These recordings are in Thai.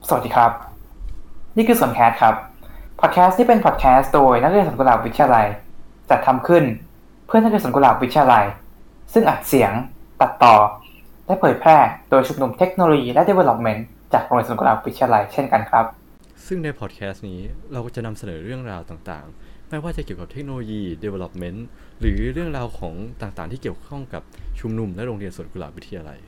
สวัสดีครับนี่คือสวนแคสครับพอดแคสต์ที่เป็นพอดแคสต์โดยนักเรียนสวนกุหลาบวิทยาลัยจัดทำขึ้นเพื่อนักเรียนสวนกุหลาบวิทยาลัยซึ่งอัดเสียงตัดต่อและเผยแพร่โดยชุมนุมเทคโนโลยีและ Development จากโรงเรียนสวนกุหลาบวิทยาลัยเช่นกันครับซึ่งในพอดแคสต์นี้เราก็จะนำเสนอเรื่องราวต่างๆไม่ว่าจะเกี่ยวกับเทคโนโลยี development หรือเรื่องราวของต่างๆที่เกี่ยวข้องกับชุมนุมและโรงเรียนสวนกุหลาบวิทยาลัย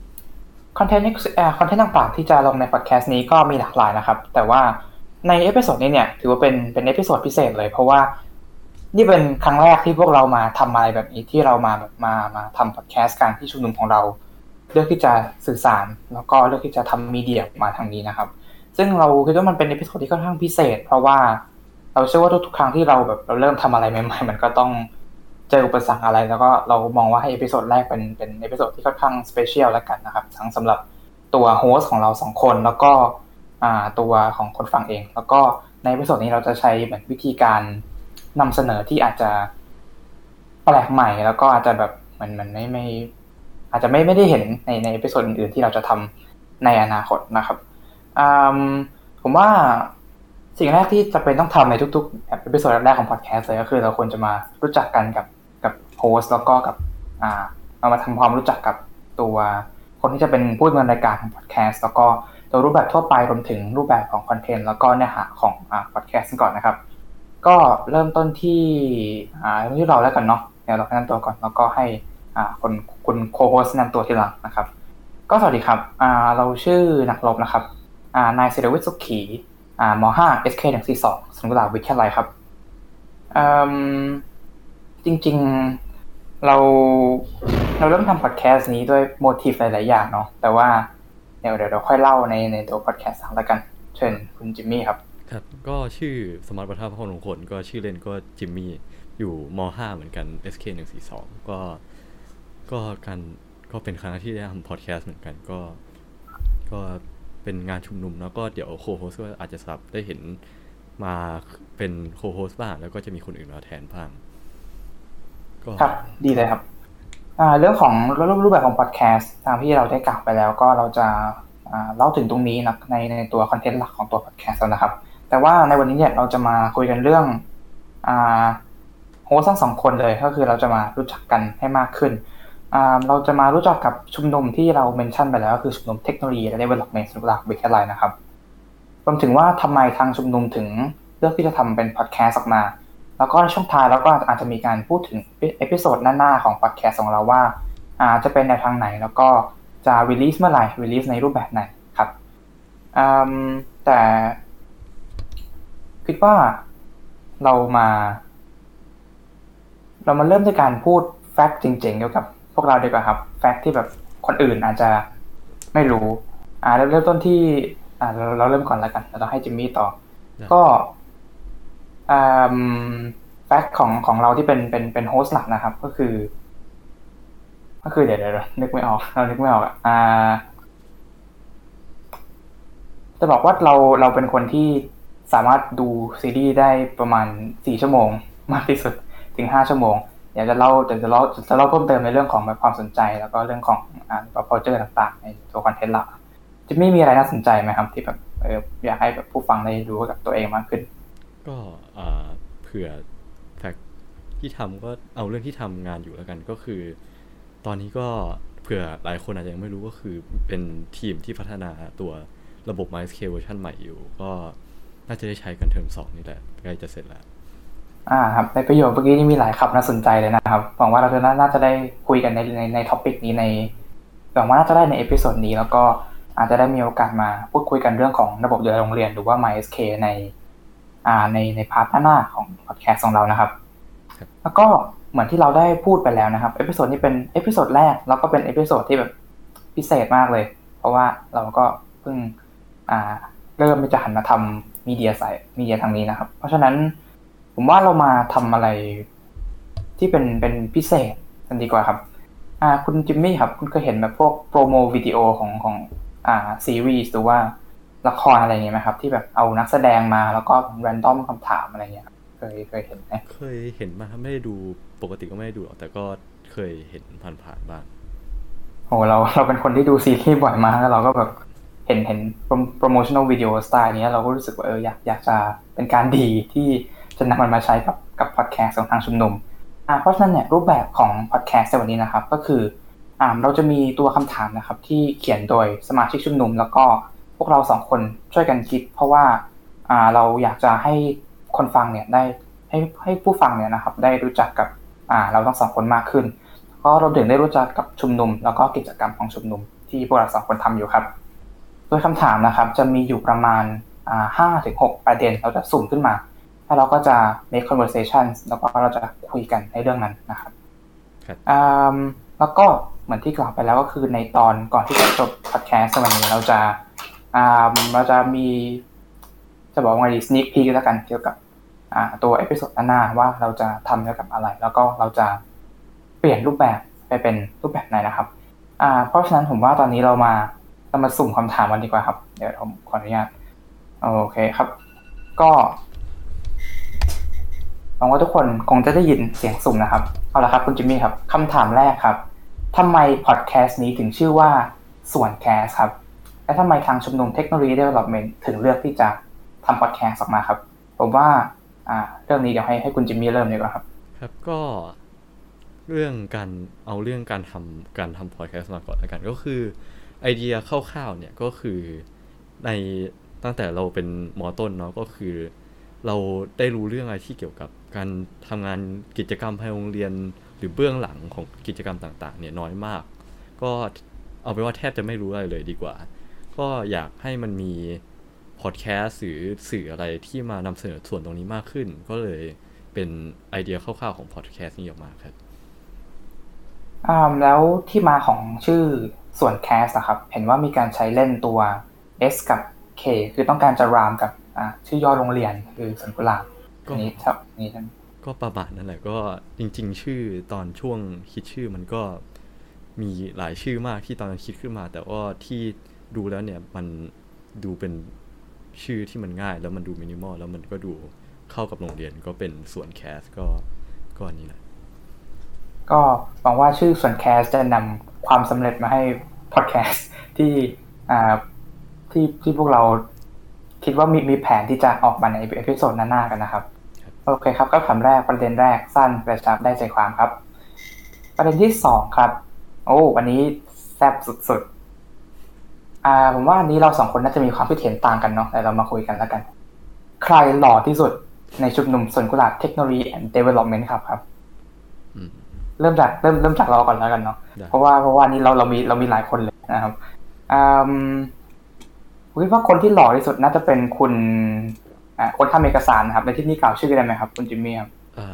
คอนเทนต์ต่างๆที่จะลงในพอดแคสต์นี้ก็มีหลากหลายนะครับแต่ว่าในเอพิโซดนี้เนี่ยถือว่าเป็นเอพิโซดพิเศษเลยเพราะว่านี่เป็นครั้งแรกที่พวกเรามาทำอะไรแบบนี้ที่เรามาแบบมาทำพอดแคสต์กันที่ชุมนุมของเราเลือกที่จะสื่อสารแล้วก็เลือกที่จะทำมีเดียมาทางนี้นะครับซึ่งเราคิดว่ามันเป็นเอพิโซดที่ค่อนข้างพิเศษเพราะว่าเราเชื่อว่าทุกๆครั้งที่เราเริ่มทำอะไรใหม่ๆมันก็ต้องเจออุปสรรคอะไรแล้วก็เรามองว่าให้เอพิโซดแรกเป็นเอพิโซดที่ค่อนข้างสเปเชียลแล้วกันนะครับทั้งสำหรับตัวโฮสต์ของเรา2คนแล้วก็ตัวของคนฟังเองแล้วก็ในเอพิโซดนี้เราจะใช้เหมือนวิธีการนำเสนอที่อาจจะแปลกใหม่แล้วก็อาจจะแบบมันไม่อาจจะไม่ได้เห็นในเอพิโซดอื่นๆที่เราจะทำในอนาคตนะครับอืมผมว่าสิ่งแรกที่จะเป็นต้องทำในทุกๆเอพิโซดแรกของพอดแคสต์เลยก็คือเราควรจะมารู้จักกันกับโฮสต์แล้วก็กับเรามาทำความรู้จักกับตัวคนที่จะเป็นผู้ดำเนินรายการของพอดแคสต์แล้วก็ตัวรูปแบบทั่วไปรวมถึงรูปแบบของคอนเทนต์แล้วก็เนื้อหาของพอดแคสต์ก่อนนะครับก็เริ่มต้นที่เราแล้วกันเนาะเดี๋ยวเราแนะนำตัวก่อนแล้วก็ให้คนคุณโคโฮสแนะนำตัวทีหลังนะครับก็สวัสดีครับเราชื่อนักรบนะครับนายศิรวิทย์สุขีม.5 SK142 สวนกุหลาบวิทยาลัยครับอืมจริงๆเราเริ่มทำพอดแคสต์นี้ด้วยโมทีฟหลายๆอย่างเนาะแต่ว่าเดี๋ยวเราค่อยเล่าในตัวพอดแคสต์แล้วกันเชิญคุณจิมมี่ครับครับก็ชื่อสมาร์ทวัฒนพงษ์มงคลก็ชื่อเล่นก็จิมมี่อยู่ม.5เหมือนกัน SK142 ก็การก็เป็นครั้งที่ได้ทำพอดแคสต์เหมือนกันก็เป็นงานชุมนุมแล้วก็เดี๋ยวโคโฮสก็อาจจะสลับได้เห็นมาเป็นโคโฮสบ้างแล้วก็จะมีคนอื่นมาแทนบ้างก็ครับดีเลยครับเรื่องของรูปแบบของพอดแคสต์ตามที่เราได้กล่าวไปแล้วก็เราจะเล่าถึงตรงนี้นะในตัวคอนเทนต์หลักของตัวพอดแคสต์แล้วนะครับแต่ว่าในวันนี้เนี่ยเราจะมาคุยกันเรื่องอ่าโฮสต์ทั้งสองคนเลยก็คือเราจะมารู้จักกันให้มากขึ้นเราจะมารู้จักกับชุมนุมที่เราเมนชั่นไปแล้วก็คือชุมนุมเทคโนโลยีและ Development สุขภาพวิทยาลัยนะครับรวมถึงว่าทำไมทางชุมนุมถึงเลือกที่จะทำเป็นพอดแคสต์ออกมาแล้วก็ในช่วงท้ายเราก็อาจจะมีการพูดถึงเอพิโซดหน้าๆของพอดแคสต์ของเราว่าจะเป็นแนวทางไหนแล้วก็จะรีลีสเมื่อไหร่รีลีสในรูปแบบไหนครับแต่คิดว่าเรามาเรามาเริ่มด้วยการพูดแฟกต์จริงๆเกี่ยวกับพวกเราดีกว่าครับแฟกต์ที่แบบคนอื่นอาจจะไม่รู้เริ่มต้นที่เราเริ่มก่อนแล้วกันแล้วเราให้จิมมี่ต่อก็อ่แฟกต์ของเราที่เป็นโฮสต์หลักนะครับก็คือเดี๋ยวนึกไม่ออกเรานึกไม่ออกจะบอกว่าเราเป็นคนที่สามารถดูซีรีส์ได้ประมาณ4ชั่วโมงมากที่สุดถึง5ชั่วโมงเดี๋ยวจะเล่าเพิ่มเติมในเรื่องของแบบความสนใจแล้วก็เรื่องของproposal ต่างๆในตัวคอนเทนต์หลักจะไม่มีอะไรน่าสนใจไหมครับที่แบบอยากให้แบบผู้ฟังได้รู้กับตัวเองมากขึ้นก็เผื่อแฟกที่ทำก็เอาเรื่องที่ทำงานอยู่แล้วกันก็คือตอนนี้ก็เผื่อหลายคนอาจจะยังไม่รู้ก็คือเป็นทีมที่พัฒนาตัวระบบ MySQL เวอร์ชันใหม่อยู่ก็น่าจะได้ใช้กันเทอม2นี่แหละใกล้จะเสร็จแล้วครับในประโยคเมื่อกี้นี่มีหลายคำน่าสนใจเลยนะครับหวังว่าเราจะน่าจะได้คุยกันในท็อปิกนี้หวังว่าน่าจะได้ในเอพิโซดนี้แล้วก็อาจจะได้มีโอกาสมาพูดคุยกันเรื่องของระบบเรียนโรงเรียนหรือว่า MySQL ในพาร์ทหน้าของพอดแคสต์ของเรานะครับแล้วก็เหมือนที่เราได้พูดไปแล้วนะครับเอพิโซดนี้เป็นเอพิโซดแรกแล้วก็เป็นเอพิโซดที่แบบพิเศษมากเลยเพราะว่าเราก็เพิ่งเริ่มที่จะหันมาทำมีเดียทางนี้นะครับเพราะฉะนั้นผมว่าเรามาทำอะไรที่เป็นพิเศษกันดีกว่าครับคุณจิมมี่ครับคุณเคยเห็นแบบพวกโปรโมวิดีโอของซีรีส์หรือว่าละครอะไรอย่างเงี้ยไหมครับที่แบบเอานักแสดงมาแล้วก็แรนดอมคำถามอะไรเงี้ยครับเคยเห็นไหมเคยเห็นมาไม่ได้ดูปกติก็ไม่ได้ดูหรอกแต่ก็เคยเห็นผ่านๆบ้างโหเราเป็นคนที่ดูซีรีส์บ่อยมากแล้วเราก็แบบเห็นโปรโมชั่นอลวิดีโอสไตล์นี้เราก็รู้สึกว่าอยากจะเป็นการดีที่จะนำมันมาใช้กับพอดแคสต์ของทางชุมนุมเพราะฉะนั้นเนี่ยรูปแบบของพอดแคสต์ในวันนี้นะครับก็คือเราจะมีตัวคำถามนะครับที่เขียนโดยสมาชิกชุมนุมแล้วก็พวกเรา2คนช่วยกันคิดเพราะว่าเราอยากจะให้คนฟังเนี่ยได้ให้ผู้ฟังเนี่ยนะครับได้รู้จักกับเราทั้ง2คนมากขึ้นก็เราถึงได้รู้จักกับชุมนุมแล้วก็กิจกรรมของชุมนุมที่พวกเรา2คนทำอยู่ครับโดยคำถามนะครับจะมีอยู่ประมาณ5-6 ประเด็นเราจะสุ่มขึ้นมาแล้วเราก็จะ make conversation แล้วก็เราจะคุยกันในเรื่องนั้นนะครับแล้วก็เหมือนที่กล่าวไปแล้วก็คือในตอนก่อนที่จะจบ podcast วันนี้เราจะมีจะบอกว่าไงดี sneak peek แล้วกันเกี่ยวกับตัวเอพิโซดหน้าว่าเราจะทำเกี่ยวกับอะไรแล้วก็เราจะเปลี่ยนรูปแบบไปเป็นรูปแบบไหนนะครับเพราะฉะนั้นผมว่าตอนนี้เรามาสุ่มคำถามกันดีกว่าครับเดี๋ยวผมขออนุญาตโอเคครับก็หวังว่าทุกคนคงจะได้ยินเสียงสุ่มนะครับเอาละครับคุณจิมมี่ครับคำถามแรกครับทำไมพอดแคสต์นี้ถึงชื่อว่าส่วนแคสครับและทำไมทางชุมนุมเทคโนโลยี Development ถึงเลือกที่จะทำพอดแคสต์ออกมาครับผมว่าเรื่องนี้เดี๋ยวให้คุณจิมมี่เริ่มดีกว่าครับครับก็เรื่องการทำพอดแคสต์มาก่อนแล้วกันก็คือไอเดียคร่าวๆเนี่ยก็คือในตั้งแต่เราเป็นม.ต้นเนาะก็คือเราได้รู้เรื่องอะไรที่เกี่ยวกับการทำงานกิจกรรมภายในโรงเรียนหรือเบื้องหลังของกิจกรรมต่างๆเนี่ยน้อยมากก็เอาไปว่าแทบจะไม่รู้อะไรเลยดีกว่าก็อยากให้มันมีพอดแคสต์หรือสื่ออะไรที่มานำเสนอส่วนตรงนี้มากขึ้นก็เลยเป็นไอเดียคร่าวๆของพอดแคสต์นี้ออกมาครับแล้วที่มาของชื่อส่วนแคสครับเห็นว่ามีการใช้เล่นตัว S กับ K คือต้องการจะรามกับชื่อย่อโรงเรียนคือสวนกุหลาบนี้ครับนี่ท่านก็ประมาณนั่นแหละก็จริงๆชื่อตอนช่วงคิดชื่อมันก็มีหลายชื่อมากที่ตอนนั้นคิดขึ้นมาแต่ว่าที่ดูแล้วเนี่ยมันดูเป็นชื่อที่มันง่ายแล้วมันดูมินิมอลแล้วมันก็ดูเข้ากับโรงเรียนก็เป็นส่วนแคสก็อันนี้แหละก็หวังว่าชื่อส่วนแคสจะนำความสำเร็จมาให้พอดแคสต์ที่พวกเราคิดว่ามีแผนที่จะออกมาในเอพิโซดหน้าๆกันนะครับโอเคครับก็ประเด็นแรกสั้นกระชับได้ใจความครับประเด็นที่2ครับวันนี้แซ่บสุดๆผมว่าอันนี้เรา2คนน่าจะมีความคิดเห็นต่างกันเนาะแต่เรามาคุยกันแล้วกันใครหล่อที่สุดในชุมนุมสวนกุหลาบเทคโนโลยี and Development ครับเริ่มจากเราก่อนแล้วกันเนาะเพราะว่านี่เรามีหลายคนเลยนะครับผมคิดว่าคนที่หล่อที่สุดน่าจะเป็นคุณคนทำเอกสารครับในที่นี้กล่าวชื่อได้ไหมครับคุณจิมมี่ครับ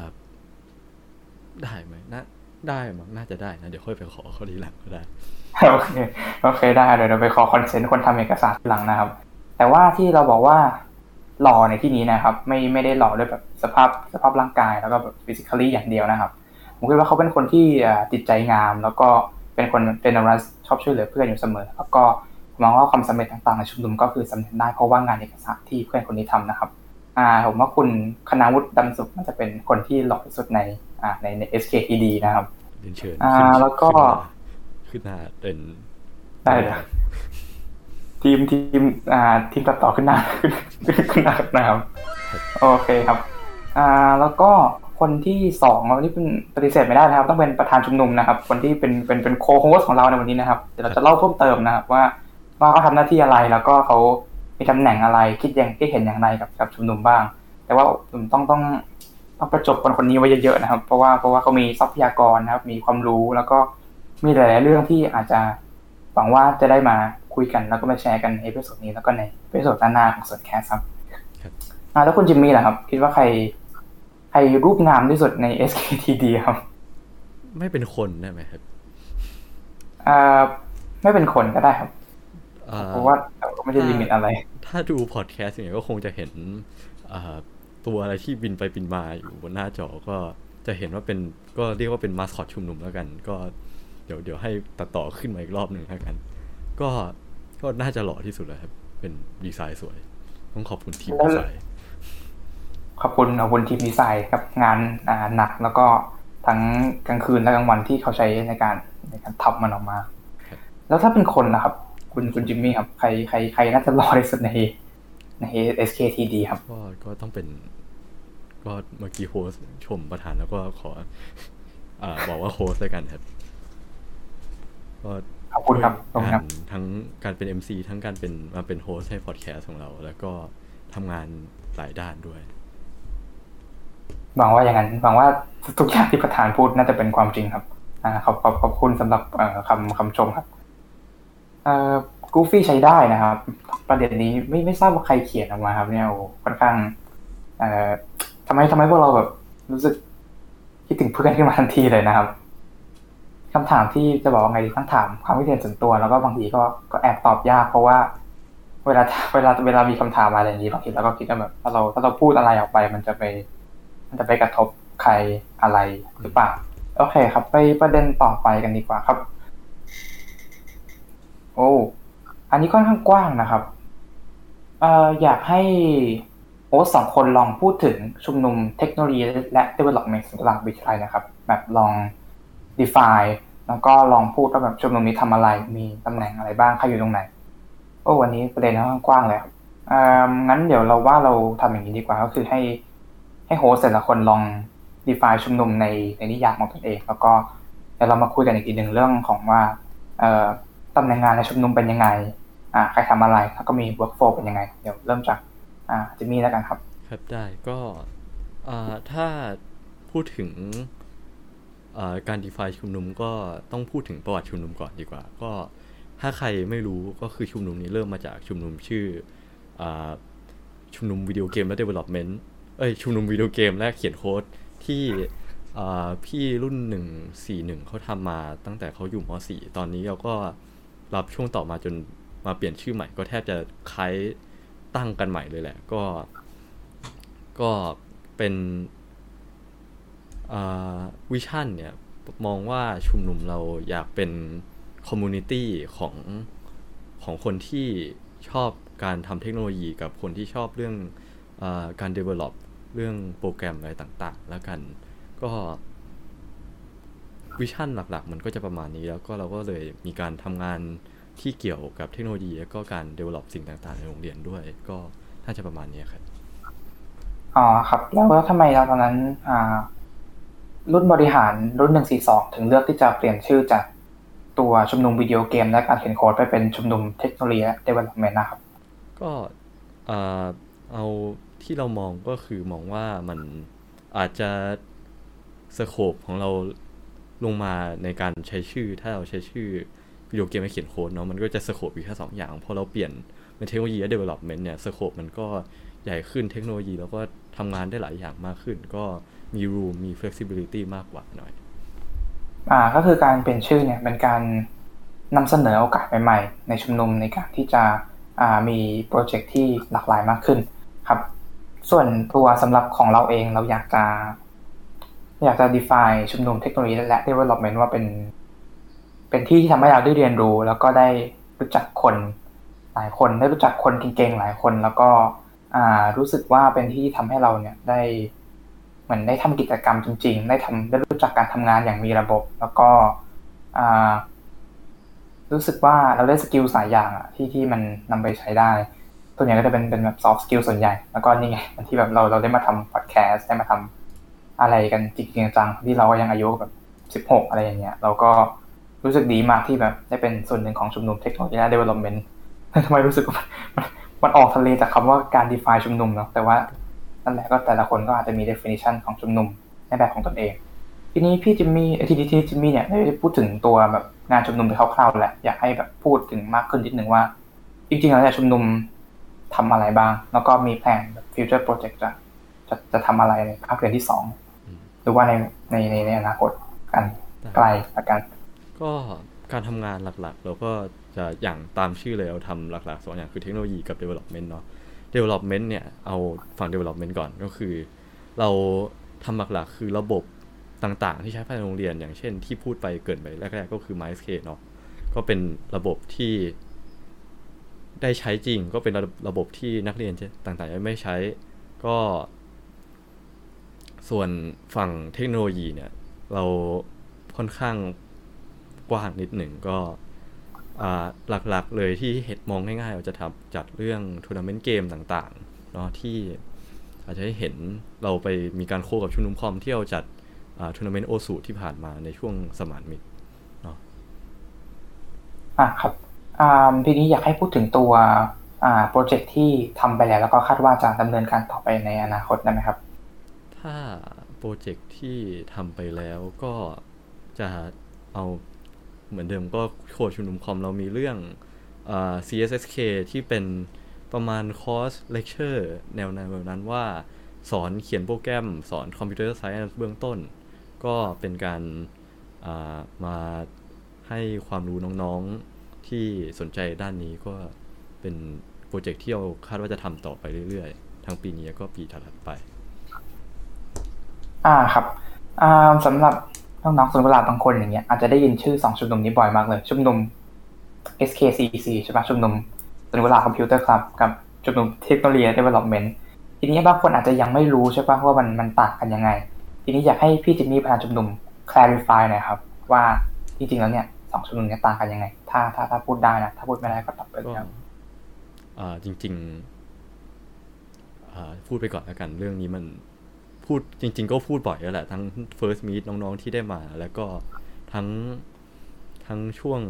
ได้ไหมได้มั้งน่าจะได้นะเดี๋ยวค่อยไปขอเขาทีหลังก็ได้โอเคได้เดี๋ยวเราไปขอคอนเซนต์คนทำเอกสารทีหลังนะครับแต่ว่าที่เราบอกว่าหล่อในที่นี้นะครับไม่ได้หล่อด้วยแบบสภาพร่างกายแล้วก็แบบฟิสิคอลลี่อย่างเดียวนะครับผมคิดว่าเขาเป็นคนที่จิตใจงามแล้วก็เป็นคนเจเนอรัสชอบช่วยเหลือเพื่อนอยู่เสมอแล้วก็มองว่าความสำเร็จต่างๆในชุมนุมก็คือสำเร็จได้เพราะว่างานเอกสารที่เพื่อนคนนี้ทำนะครับผมว่าคุณคณาวุฒิดำสุขน่าจะเป็นคนที่หล่อที่สุดในSKTD นะครับเรียนเชิญแล้วก็ขึ้นหน้าเป็นได้ทีมตัดต่อขึ้นหน้านะครับโอเคครับแล้วก็คนที่2วันนี้เป็นปฏิเสธไม่ได้นะครับต้องเป็นประธานชุมนุมนะครับคนที่เป็นโคโฮสของเราในวันนี้นะครับเดี๋ยวเราจะเล่าเพิ่มเติมนะครับว่าเขาทำหน้าที่อะไรแล้วก็เขามีตำแหน่งอะไรคิดเห็นอย่างไรกับชุมนุมบ้างแต่ว่าต้องประจบคนนี้ไว้เยอะๆนะครับเพราะว่าเขามีทรัพยากรนะครับมีความรู้แล้วก็มีหลายๆเรื่องที่อาจจะหวังว่าจะได้มาคุยกันแล้วก็มาแชร์กันในเอพิโซดนี้แล้วก็ในเอพิโซดหน้าของส่วนแคสครับแล้วคุณจิมมี่ล่ะครับคิดว่าใครรูปงามที่สุดใน SKTD ครับไม่เป็นคนได้ไหมครับไม่เป็นคนก็ได้ครับเพราะว่าไม่ได้ลิมิตอะไรถ้าดูพอดแคสต์อย่างนี้ก็คงจะเห็นตัวอะไรที่บินไปบินมาอยู่บนหน้าจอก็จะเห็นว่าเป็นก็เรียกว่าเป็นมาสคอตชุมนุมแล้วกันก็เดี๋ยวให้ตัดต่อขึ้นมาอีกรอบหนึ่งแล้วกันก็น่าจะหล่อที่สุดเลยครับเป็นดีไซน์สวยต้องขอบคุณทีมดีไซน์ขอบคุณทีมดีไซน์กับงานหนักแล้วก็ทั้งกลางคืนและกลางวันที่เขาใช้ในการทำมันออกมาแล้วถ้าเป็นคนนะครับคุณจิมมี่ครับใครน่าจะรอที่สุดใน SKTD ครับก็ต้องเป็นก็เมื่อกี้โฮสชมประธานแล้วก็ขอบอกว่าโฮสด้วยกันครับก็ขอบคุณด้วยครับขอบคุณการครับทั้งการเป็น MC ทั้งการเป็นมาเป็นโฮสให้พอดแคสต์ของเราแล้วก็ทำงานหลายด้านด้วยหวังว่าอย่างนั้นหวังว่าทุกอย่างที่ประธานพูดน่าจะเป็นความจริงครับขอบคุณสำหรับคำชมครับเอ่อกูฟี่ใช้ได้นะครับประเด็นนี้ไม่ทราบว่าใครเขียนออกมาครับเนี่ยโอ้ค่อนข้างเอ่อทำไมพวกเราแบบรู้สึกคิดถึงเพื่อนขึ้นมาทันทีเลยนะครับคำถามที่จะบอกว่าไงดีทั้งถามความคิดเห็นส่วนตัวแล้วก็บางทีก็แอบตอบยากเพราะว่าเวลาเวลามีคำถามอะไรอย่างนี้บางทีเราก็คิดว่าแบบถ้าเราพูดอะไรออกไปมันจะไปกระทบใครอะไรหรือเปล่าโอเคครับไปประเด็นต่อไปกันดีกว่าครับโอ้อันนี้ค่อนข้างกว้างนะครับอยากให้โอ๊ตสองคนลองพูดถึงชุมนุมเทคโนโลยีและ development ของมหาวิทยาลัยนะครับแบบลอง define แล้วก็ลองพูดว่าแบบชุมนุมนี้ทำอะไรมีตำแหน่งอะไรบ้างใครอยู่ตรงไหนโอ้วันนี้ประเด็นค่อนข้างกว้างเลยครับงั้นเดี๋ยวเราว่าเราทำอย่างนี้ดีกว่าก็คือให้โฮสต์แต่ละคนลอง define ชุมนุมในนิยามของตนเองแล้วก็เดี๋ยวเรามาคุยกันอีกทีหนึ่งเรื่องของว่าเอ่อตำแหน่งงานในชุมนุมเป็นยังไงใครทำอะไรแล้วก็มี workflow เป็นยังไงเดี๋ยวเริ่มจากจิมมี่แล้วกันครับครับได้ก็ถ้าพูดถึงการ define ชุมนุมก็ต้องพูดถึงประวัติชุมนุมก่อนดีกว่าก็ถ้าใครไม่รู้ก็คือชุมนุมนี้เริ่มมาจากชุมนุมชื่ออาชุมนุมวิดีโอเกมและ development ชุมนุมวิดีโอเกมและเขียนโค้ดที่พี่รุ่น141เขาทำมาตั้งแต่เขาอยู่ม.4 ตอนนี้เราก็รับช่วงต่อมาจนมาเปลี่ยนชื่อใหม่ก็แทบจะคล้ายตั้งกันใหม่เลยแหละก็เป็นวิชั่นเนี่ยมองว่าชุมนุมเราอยากเป็นคอมมูนิตี้ของคนที่ชอบการทำเทคโนโลยีกับคนที่ชอบเรื่องการ develop เรื่องโปรแกรมอะไรต่างๆแล้วกันก็วิชั่นหลักๆมันก็จะประมาณนี้แล้วก็เราก็เลยมีการทำงานที่เกี่ยวกับเทคโนโลยีแล้วก็การ develop สิ่งต่างๆในโรงเรียนด้วยก็น่าจะประมาณนี้ครับอ๋อครับแล้วทำไมเราตอนนั้นรุ่นบริหารรุ่น142ถึงเลือกที่จะเปลี่ยนชื่อจากตัวชุมนุมวิดีโอเกมและการเขียนโค้ดไปเป็นชุมนุมเทคโนโลยีและ development นะครับก็เอ่อเอาที่เรามองก็คือมองว่ามันอาจจะสโคปของเราลงมาในการใช้ชื่อถ้าเราใช้ชื่อวิดีโอเกมให้เขียนโค้ดเนาะมันก็จะสโคปอยู่แค่2อย่างพอเราเปลี่ยนเป็นเทคโนโลยีและ development เนี่ยสโคปมันก็ใหญ่ขึ้นเทคโนโลยีแล้วก็ทำงานได้หลายอย่างมากขึ้นก็มี room มี flexibility มากกว่าหน่อยก็คือการเปลี่ยนชื่อเนี่ยเป็นการนำเสนอโอกาสใหม่ๆในชุมนุมในการที่จะมีโปรเจกต์ที่หลากหลายมากขึ้นครับส่วนตัวสำหรับของเราเองเราอยากจะ define ชุมนุมเทคโนโลยีและ development ว่าเป็นที่ที่ทำให้เราได้เรียนรู้แล้วก็ได้รู้จักคนหลายคนได้รู้จักคนเก่งๆหลายคนแล้วก็รู้สึกว่าเป็นที่ทำให้เราเนี่ยได้เหมือนได้ทำกิจกรรมจริงๆได้รู้จักการทำงานอย่างมีระบบแล้วก็อ่ารู้สึกว่าเราได้สกิลหลายอย่างที่มันนำไปใช้ได้ส่วนใหญ่ก็จะเป็นแบบ soft skill ส่วนใหญ่แล้วก็นี่ไงที่แบบเราได้มาทำ podcast ได้มาทำอะไรกันจริงๆจังที่เราก็ยังอายุแบบ16อะไรอย่างเงี้ยเราก็รู้สึกดีมากที่แบบได้เป็นส่วนหนึ่งของชุมนุมเทคโนโลยีและ development ทำไมรู้สึกว่ามันออกทะเลจากคำว่าการ define ชุมนุมเนาะแต่ว่านั่นแหละก็แต่ละคนก็อาจจะมี definition ของชุมนุมในแบบของตนเองทีนี้พี่จิมมี่ที่จิมมี่เนี่ยได้พูดถึงตัวแบบงานชุมนุมไปคร่าวๆแหละอยากให้แบบพูดถึงมากขึ้นนิดนึงว่าจริงๆแล้วเนี่ยชุมนุมทำอะไรบ้างแล้วก็มีแผนแบบ future project จะทำอะไรในภาคเรียนที่2หรือว่าในอนาคตกันไกลละกันก็การทำงานหลักๆเราก็จะอย่างตามชื่อเลยเราทำหลักๆ2อย่างคือเทคโนโลยีกับ development เนาะ development เนี่ยเอาฝั่ง development ก่อนก็คือเราทำหลักๆคือระบบต่างๆที่ใช้ภายในโรงเรียนอย่างเช่นที่พูดไปเกินไปแรกๆก็คือ MySK เนาะก็เป็นระบบที่ได้ใช้จริงก็เป็นระบบที่นักเรียนต่างๆไม่ใช้ก็ส่วนฝั่งเทคโนโลยีเนี่ยเราค่อนข้างกว้างนิดหนึ่งก็หลักๆเลยที่เห็นมองง่ายๆเราจะทำจัดเรื่องทัวร์นาเมนต์เกมต่างๆเนาะที่อาจจะให้เห็นเราไปมีการโคกับชุมนุมคอมที่เราจัดทัวร์นาเมนต์โอสูที่ผ่านมาในช่วงสมานมิตรเนาะครับทีนี้อยากให้พูดถึงตัวโปรเจกต์ที่ทำไปแล้วแล้วก็คาดว่าจะดำเนินการต่อไปในอนาคตได้ไหมครับถ้าโปรเจกต์ที่ทำไปแล้วก็จะเอาเหมือนเดิมก็โคชุมนุมคอมเรามีเรื่องCSSK ที่เป็นประมาณคอร์สเลคเชอร์แนวนั้นว่าสอนเขียนโปรแกรมสอนคอมพิวเตอร์ไซเอนซ์เบื้องต้นก็เป็นการมาให้ความรู้น้องๆที่สนใจด้านนี้ก็เป็นโปรเจกต์ที่เราคาดว่าจะทำต่อไปเรื่อยๆทั้งปีนี้ก็ปีถัดๆไปครับสำหรับน้องๆสวนกุหลาบบางคนอย่างเงี้ยอาจจะได้ยินชื่อ2ชุมนุมนี้บ่อยมากเลยชุมนุม SKCC ใช่ปะชุมนุมสวนกุหลาบคอมพิวเตอร์คลับกับชุมนุมเทคโนโลยี Development ทีนี้บางคนอาจจะยังไม่รู้ใช่ปะว่ามันต่างกันยังไงทีนี้อยากให้พี่จิมมี่ประธานชุมนุม clarify หน่อยครับว่าจริงๆแล้วเนี่ย2ชุมนุมนี้ต่างกันยังไงถ้าพูดได้นะถ้าพูดไม่ได้ก็ตอบไปเลยก็ครับจริงๆพูดไปก่อนแล้วกันเรื่องนี้มันพูดจริงๆก็พูดบ่อยแล้วแหละทั้ง first meet น้องๆที่ได้มาแล้วก็ทั้งช่วง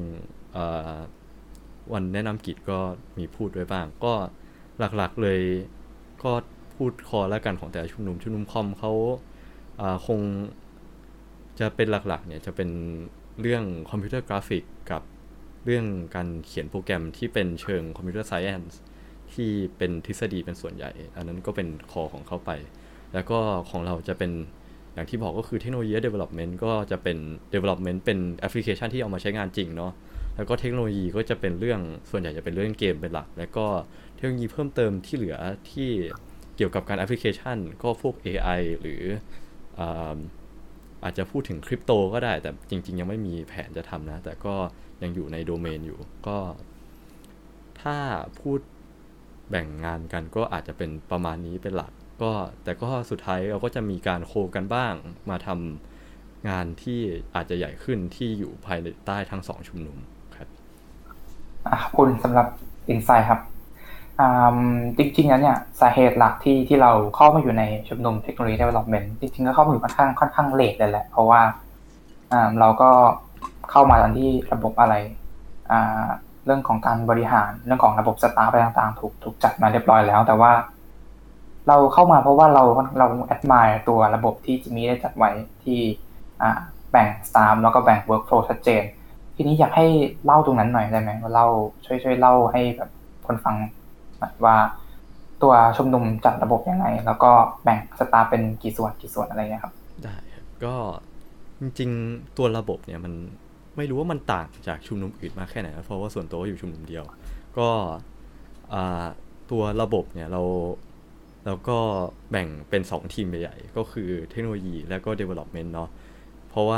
วันแนะนำกิจก็มีพูดด้วยบ้างก็หลักๆเลยก็พูดคอแล้วกันของแต่ละชุมนุมคอมเขาคงจะเป็นหลักๆเนี่ยจะเป็นเรื่องคอมพิวเตอร์กราฟิกกับเรื่องการเขียนโปรแกรมที่เป็นเชิงคอมพิวเตอร์ไซเอนซ์ที่เป็นทฤษฎีเป็นส่วนใหญ่อันนั้นก็เป็นคอของเขาไปแล้วก็ของเราจะเป็นอย่างที่บอกก็คือเทคโนโลยี development ก็จะเป็น development เป็นแอปพลิเคชันที่เอามาใช้งานจริงเนาะแล้วก็เทคโนโลยีก็จะเป็นเรื่องส่วนใหญ่จะเป็นเรื่องเกมเป็นหลักแล้วก็เทคโนโลยีเพิ่มเติมที่เหลือที่เกี่ยวกับการแอปพลิเคชันก็พวก AI หรืออาจจะพูดถึงคริปโตก็ได้แต่จริงๆยังไม่มีแผนจะทำนะแต่ก็ยังอยู่ในโดเมนอยู่ก็ถ้าพูดแบ่งงานกันก็อาจจะเป็นประมาณนี้เป็นหลักก็แต่ก็สุดท้ายเราก็จะมีการโคกันบ้างมาทำงานที่อาจจะใหญ่ขึ้นที่อยู่ภายใต้ทั้งสองชุมนุมครับขอบคุณสำหรับอินไซต์ครับจริงๆแล้วเนี่ยสาเหตุหลักที่เราเข้ามาอยู่ในชุมนุมเทคโนโลยี development จริงๆก็เข้ามาอยู่ค่อนข้างเลทเลยแหละเพราะว่าเราก็เข้ามาตอนที่ระบบอะไรเรื่องของการบริหารเรื่องของระบบสตาฟอะไรต่างๆถูกจัดมาเรียบร้อยแล้วแต่ว่าเราเข้ามาเพราะว่าเรา admire ตัวระบบที่จิมมี่ได้จัดไว้ที่แบ่งสตาฟแล้วก็แบ่ง workflow ชัดเจนทีนี้อยากให้เล่าตรงนั้นหน่อยได้ไหมว่าเล่าช่วยเล่าให้แบบคนฟังว่าตัวชุมนุมจัดระบบยังไงแล้วก็แบ่งสตาฟเป็นกี่ส่วนอะไรเงี้ยครับได้ครับก็จริงๆตัวระบบเนี่ยมันไม่รู้ว่ามันต่างจากชุมนุมอื่นมากแค่ไหนนะเพราะว่าส่วนตัวก็อยู่ชุมนุมเดียวก็ตัวระบบเนี่ยเราก็แบ่งเป็น2ทีมใหญ่ๆก็คือเทคโนโลยีและก็ development เนาะเพราะว่า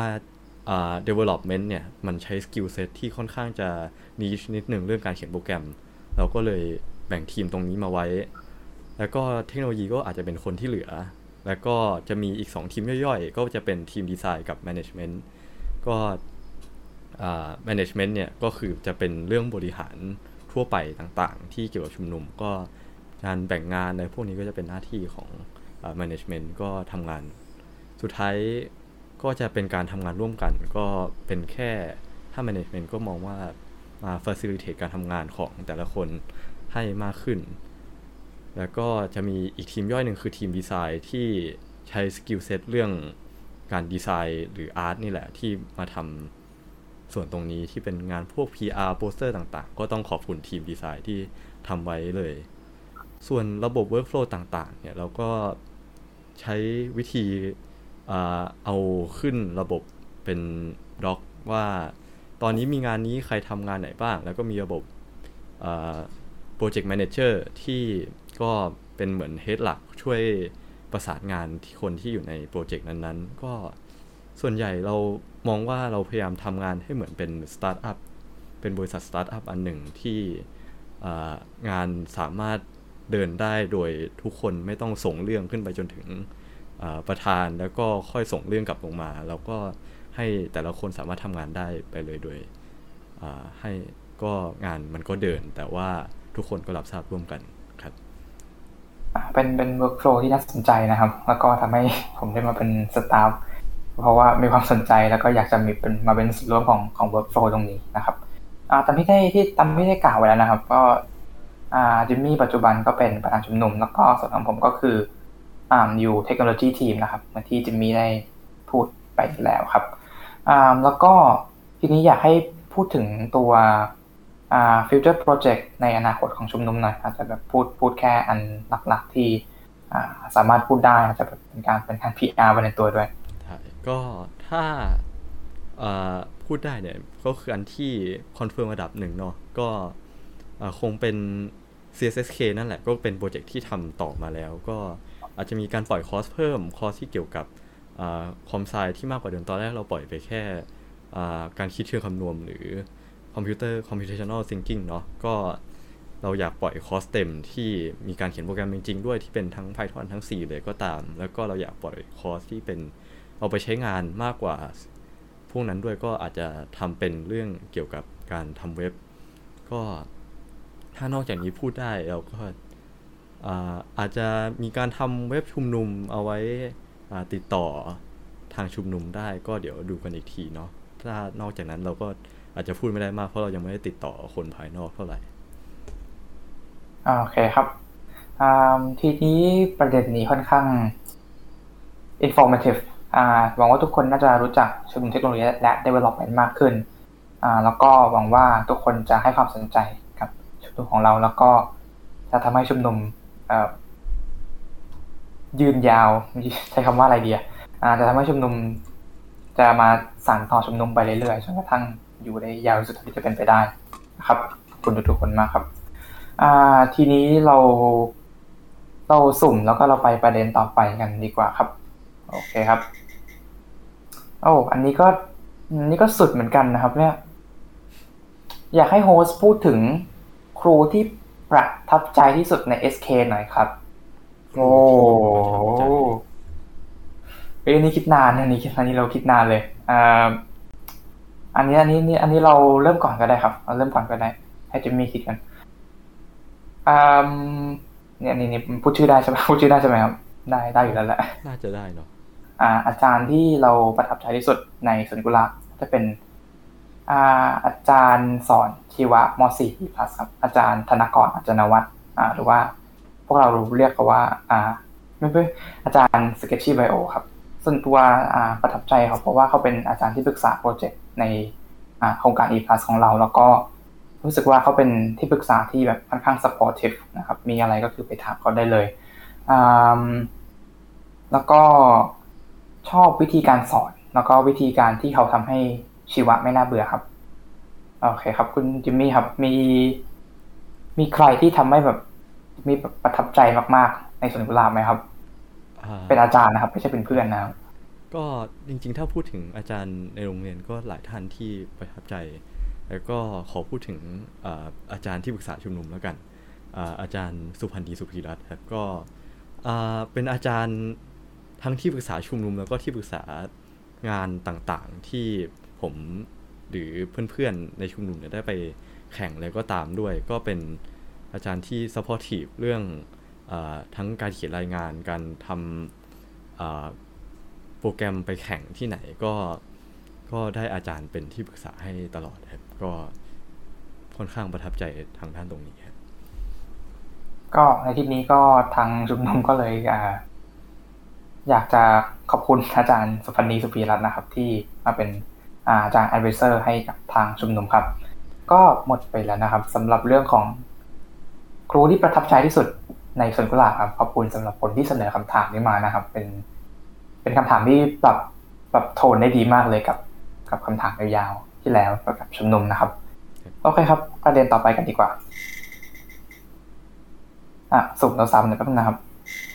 development เนี่ยมันใช้ skill set ที่ค่อนข้างจะ niche นิดหนึ่งเรื่องการเขียนโปรแกรมเราก็เลยแบ่งทีมตรงนี้มาไว้แล้วก็เทคโนโลยีก็อาจจะเป็นคนที่เหลือแล้วก็จะมีอีก2ทีมย่อยๆก็จะเป็นทีมดีไซน์กับ management ก็management เนี่ยก็คือจะเป็นเรื่องบริหารทั่วไปต่างๆที่เกี่ยวกับชุมนุมก็การแบ่งงานในพวกนี้ก็จะเป็นหน้าที่ของmanagement ก็ทำงานสุดท้ายก็จะเป็นการทำงานร่วมกันก็เป็นแค่ถ้า management ก็มองว่ามา facilitate การทำงานของแต่ละคนให้มากขึ้นแล้วก็จะมีอีกทีมย่อยหนึ่งคือทีมดีไซน์ที่ใช้สกิลเซ็ตเรื่องการดีไซน์หรืออาร์ตนี่แหละที่มาทำส่วนตรงนี้ที่เป็นงานพวก PR โปสเตอร์ต่างๆก็ต้องขอบคุณทีมดีไซน์ที่ทำไว้เลยส่วนระบบ workflow ต่างๆเนี่ยเราก็ใช้วิธีเอาขึ้นระบบเป็นด็อกว่าตอนนี้มีงานนี้ใครทำงานไหนบ้างแล้วก็มีระบบProject Manager ที่ก็เป็นเหมือนเฮดหลักช่วยประสานงานที่คนที่อยู่ในโปรเจกต์นั้นๆก็ส่วนใหญ่เรามองว่าเราพยายามทำงานให้เหมือนเป็นสตาร์ทอัพเป็นบริษัทสตาร์ทอัพอันหนึ่งที่งานสามารถเดินได้โดยทุกคนไม่ต้องส่งเรื่องขึ้นไปจนถึงประธานแล้วก็ค่อยส่งเรื่องกลับลงมาแล้วก็ให้แต่ละคนสามารถทำงานได้ไปเลยโดยให้ก็งานมันก็เดินแต่ว่าทุกคนก็รับทราบร่วมกันครับเป็น workflow ที่น่าสนใจนะครับแล้วก็ทำให้ผมได้มาเป็นสตาฟเพราะว่ามีความสนใจแล้วก็อยากจะมาเป็นส่วนร่วมของ workflow ตรงนี้นะครับตามที่ได้กล่าวไว้แล้วนะครับก็จิมมี่ปัจจุบันก็เป็นประธานชุมนุมแล้วก็ส่วนของผมก็คืออยู่เทคโนโลยีทีมนะครับเหมือนที่จิมมี่ได้พูดไปแล้วครับแล้วก็ทีนี้อยากให้พูดถึงตัวfuture project ในอนาคตของชุมนุมหน่อยอาจจะแบบพูดแค่อันหลักๆที่สามารถพูดได้อาจจะแบบเป็นการPR ไปในตัวด้วยใช่ก็ถ้าพูดได้เนี่ยก็คืออันที่คอนเฟิร์มระดับหนึ่งเนาะก็คงเป็น CSSK นั่นแหละก็เป็นโปรเจกต์ที่ทำต่อมาแล้วก็อาจจะมีการปล่อยคอร์สเพิ่มคอร์สที่เกี่ยวกับคอมไซที่มากกว่าเดิมตอนแรกเราปล่อยไปแค่การคิดเชิงคำนวณหรือcomputational thinking เนาะก็เราอยากปล่อยคอร์สเต็มที่มีการเขียนโปรแกรมจริงๆด้วยที่เป็นทั้ง Python ทั้ง C เลยก็ตามแล้วก็เราอยากปล่อยคอร์สที่เป็นเอาไปใช้งานมากกว่าพวกนั้นด้วยก็อาจจะทำเป็นเรื่องเกี่ยวกับการทำเว็บก็ถ้านอกจากนี้พูดได้เราก็อาจจะมีการทำเว็บชุมนุมเอาไว้ติดต่อทางชุมนุมได้ก็เดี๋ยวดูกันอีกทีเนาะถ้านอกจากนั้นเราก็อาจจะพูดไม่ได้มากเพราะเรายังไม่ได้ติดต่อคนภายนอกเท่าไหร่โอเคครับทีนี้ประเด็นนี้ค่อนข้าง informative หวังว่าทุกคนน่าจะรู้จักชุมนุมเทคโนโลยีและ development มากขึ้นแล้วก็หวังว่าทุกคนจะให้ความสนใจกับชุมนุมของเราแล้วก็จะทำให้ชุมนุมยืนยาวใช้คำว่าอะไรดีจะทำให้ชุมนุมจะมาสานต่อชุมนุมไปเรื่อยๆจนกระทั่งอยู่ได้ยาวสุดที่จะเป็นไปได้นะครับขอบคุณทุกคนมากครับทีนี้เราสุ่มแล้วก็เราไปประเด็นต่อไปกันดีกว่าครับโอเคครับอันนี้ก็สุดเหมือนกันนะครับเนี่ยอยากให้โฮสต์พูดถึงครูที่ประทับใจที่สุดใน SK หน่อยครับโอ้อันนี้คิดนานอันนี้เราคิดนานเลยอันนี้เราเริ่มก่อนก็ได้ครับเราเริ่มก่อนก็ได้ให้จิมมี่คิดกันเนี่ยนี่พูดชื่อได้ใช่ไหมพูดชื่อได้ใช่ไหมครับได้อยู่แล้วแหละน่าจะได้เนาะอาจารย์ที่เราประทับใจที่สุดในสวนกุหลาบจะเป็นอาจารย์สอนชีวะม .4 ครับอาจารย์ธนกรอาจารย์วัฒน์หรือว่าพวกเราเรียกกันว่าไม่อาจารย์ Sketchy Bio ครับส่วนตัวประทับใจเขาเพราะว่าเขาเป็นอาจารย์ที่ปรึกษาโปรเจกต์ในโครงการ E+ ของเราแล้วก็รู้สึกว่าเขาเป็นที่ปรึกษาที่แบบค่อนข้าง supportive นะครับมีอะไรก็คือไปถามเขาได้เลยแล้วก็ชอบวิธีการสอนแล้วก็วิธีการที่เขาทำให้ชีวะไม่น่าเบื่อครับโอเคครับคุณจิมมี่ครับมีใครที่ทำให้แบบมีแบบประทับใจมากๆในสวนกุหลาบไหมครับเป็นอาจารย์นะครับไม่ใช่เป็นเพื่อนนะครับก็จริงๆถ้าพูดถึงอาจารย์ในโรงเรียนก็หลายท่านที่ประทับใจแล้วก็ขอพูดถึงอาจารย์ที่ปรึกษาชุมนุมแล้วกันอาจารย์สุพันธ์ดีสุพีรัตน์ครับก็เป็นอาจารย์ทั้งที่ปรึกษาชุมนุมแล้วก็ที่ปรึกษางานต่างๆที่ผมหรือเพื่อนๆในชุมนุมเนี่ยได้ไปแข่งแล้วก็ตามด้วยก็เป็นอาจารย์ที่ supportive เรื่องทั้งการเขียนรายงานการทำโปรแกรมไปแข่งที่ไหนก็ได้อาจารย์เป็นที่ปรึกษาให้ตลอดครับก็ค่อนข้างประทับใจทางด้านตรงนี้ครับก็ในที่นี้ก็ทางชุมนุมก็เลยอยากจะขอบคุณอาจารย์สุพันธ์ดีสุพีรัตน์นะครับที่มาเป็นอาจารย์ advisor ให้กับทางชุมนุมครับก็หมดไปแล้วนะครับสำหรับเรื่องของครูที่ประทับใจที่สุดในสวนกุหลาบครับขอบคุณสำหรับคนที่เสนอคำถามนี้มานะครับเป็นคำถามที่ปรับโทนได้ดีมากเลยกับคำถามยาวๆที่แล้วกับชุมนุมนะครับโอเคครับประเด็นต่อไปกันดีกว่าสุ่มเราซ้ำหน่อยแป๊บนึงนะครับ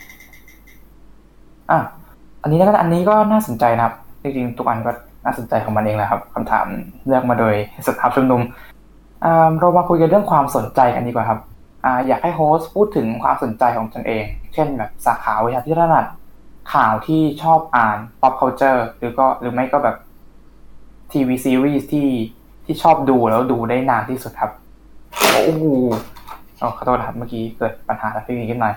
อันนี้ก็น่าสนใจนะครับจริงๆทุกอันก็น่าสนใจของมันเองแหละครับคำถามเลือกมาโดยสภาชุมนุมเรามาคุยกันเรื่องความสนใจกันดีกว่าครับอยากให้โฮสต์พูดถึงความสนใจของตนเองเช่นแบบสาขาวิชาที่ถนัดข่าวที่ชอบอ่าน pop culture หรือไม่ก็แบบทีวีซีรีส์ที่ที่ชอบดูแล้วดูได้นานที่สุดครับโอ้โหขอโทษครับเมื่อกี้เกิดปัญหาทางเทคนิคนิดหน่อย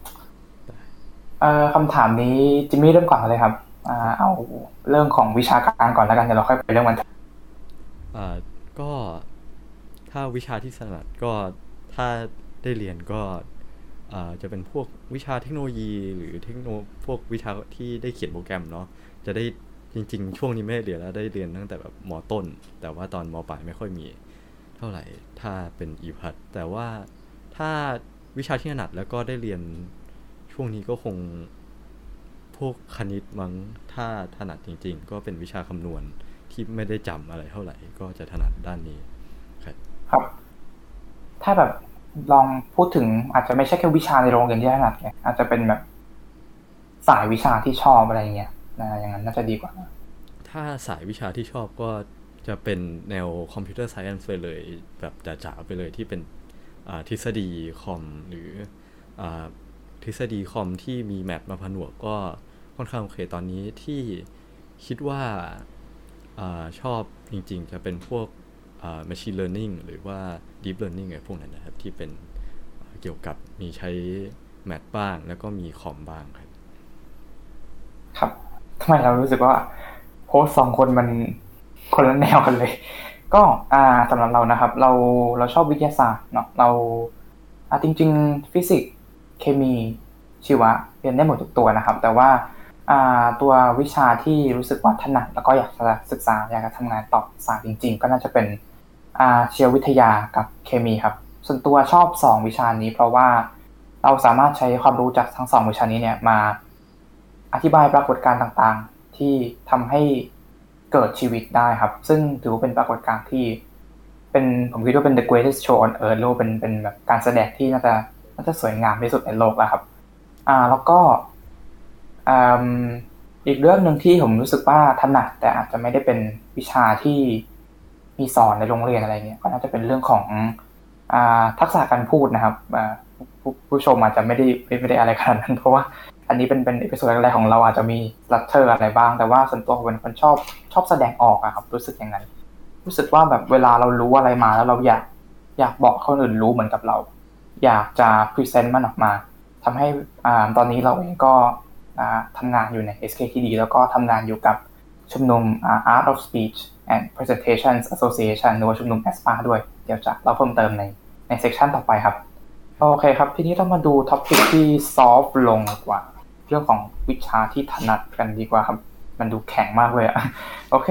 คำถามนี้จิมมี่เริ่มก่อนเลยครับเอาเรื่องของวิชาการก่อนแล้วกันเดี๋ยวเราค่อยไปเรื่องมันอ่าก็ถ้าวิชาที่ถนัดก็ถ้าได้เรียนก็จะเป็นพวกวิชาเทคโนโลยีหรือพวกวิชาที่ได้เขียนโปรแกรมเนาะจะได้จริงๆช่วงนี้ไม่ได้เรียนแล้วได้เรียนตั้งแต่แบบมต้นแต่ว่าตอนมปลายไม่ค่อยมีเท่าไหร่ถ้าเป็นอีพัทแต่ว่าถ้าวิชาที่ถนัดแล้วก็ได้เรียนช่วงนี้ก็คงพวกคณิตมั้งถ้าถนัดจริงๆก็เป็นวิชาคำนวณที่ไม่ได้จำอะไรเท่าไหร่ก็จะถนัดด้านนี้ครับครับถ้าแบบลองพูดถึงอาจจะไม่ใช่แค่วิชาในโรงเรียนที่ถนัดไงอาจจะเป็นแบบสายวิชาที่ชอบอะไรเงี้ยอย่างนั้นน่าจะดีกว่าถ้าสายวิชาที่ชอบก็จะเป็นแนวคอมพิวเตอร์ไซเอนซ์ไปเลยแบบจ๋าๆไปเลยที่เป็นทฤษฎีคอมหรืออาทฤษฎีคอมที่มีแมทมาผนวกก็ค่อนข้างโอเคตอนนี้ที่คิดว่าชอบจริงๆจะเป็นพวกmachine learning หรือว่า deep learning อะไรพวกนั้นนะครับที่เป็นเกี่ยวกับมีใช้แมทบ้างแล้วก็มีคอมบ้างครับครับทำไมเรารู้สึกว่าโค้ชสองคนมันคนละแนวกันเลยก็สำหรับเรานะครับเราชอบวิทยาศาสตร์เนาะเราจริงๆฟิสิกส์เคมีชีวะเรียนได้หมดทุกตัวนะครับแต่ว่าตัววิชาที่รู้สึกว่าถนัดแล้วก็อยากจะศึกษาอยากจะทำงานต่อสายจริงๆก็น่าจะเป็นชีววิทยากับเคมีครับส่วนตัวชอบ2วิชานี้เพราะว่าเราสามารถใช้ความรู้จากทั้ง2วิชานี้เนี่ยมาอธิบายปรากฏการณ์ต่างๆที่ทำให้เกิดชีวิตได้ครับซึ่งถือว่าเป็นปรากฏการณ์ที่เป็นผมคิดว่าเป็น the greatest show on earth หรือว่าเป็นแบบการแสดงที่น่าจะสวยงามที่สุดในโลกแล้วครับแล้วก็อ่าอีกเรื่องหนึ่งที่ผมรู้สึกว่าถนัดแต่อาจจะไม่ได้เป็นวิชาที่มีสอนในโรงเรียนอะไรเงี้ยก็น่าจะเป็นเรื่องของทักษะการพูดนะครับผู้ชมอาจจะไม่ได้อะไรขนาดนั้นเพราะว่าอันนี้เป็นเอพิโซดแรกๆของเราอาจจะมีลัตเทอร์อะไรบ้างแต่ว่าส่วนตัวผมเป็นคนชอบแสดงออกอะครับรู้สึกอย่างนั้นรู้สึกว่าแบบเวลาเรารู้อะไรมาแล้วเราอยากบอกคนอื่นรู้เหมือนกับเราอยากจะพรีเซนต์มันออกมาทำให้ตอนนี้เราเองก็ทำงานอยู่ใน SKTD แล้วก็ทำงานอยู่กับชมรมArt of Speech and Presentations Association หรือว่าชมรม ASPA ด้วยเดี๋ยวจะเล่าเพิ่มเติมในเซสชันต่อไปครับโอเคครับทีนี้เรามาดูท็อปิกที่ซอฟต์ลงกว่าเรื่องของวิชาที่ถนัดกันดีกว่าครับมันดูแข็งมากเลยอะโอเค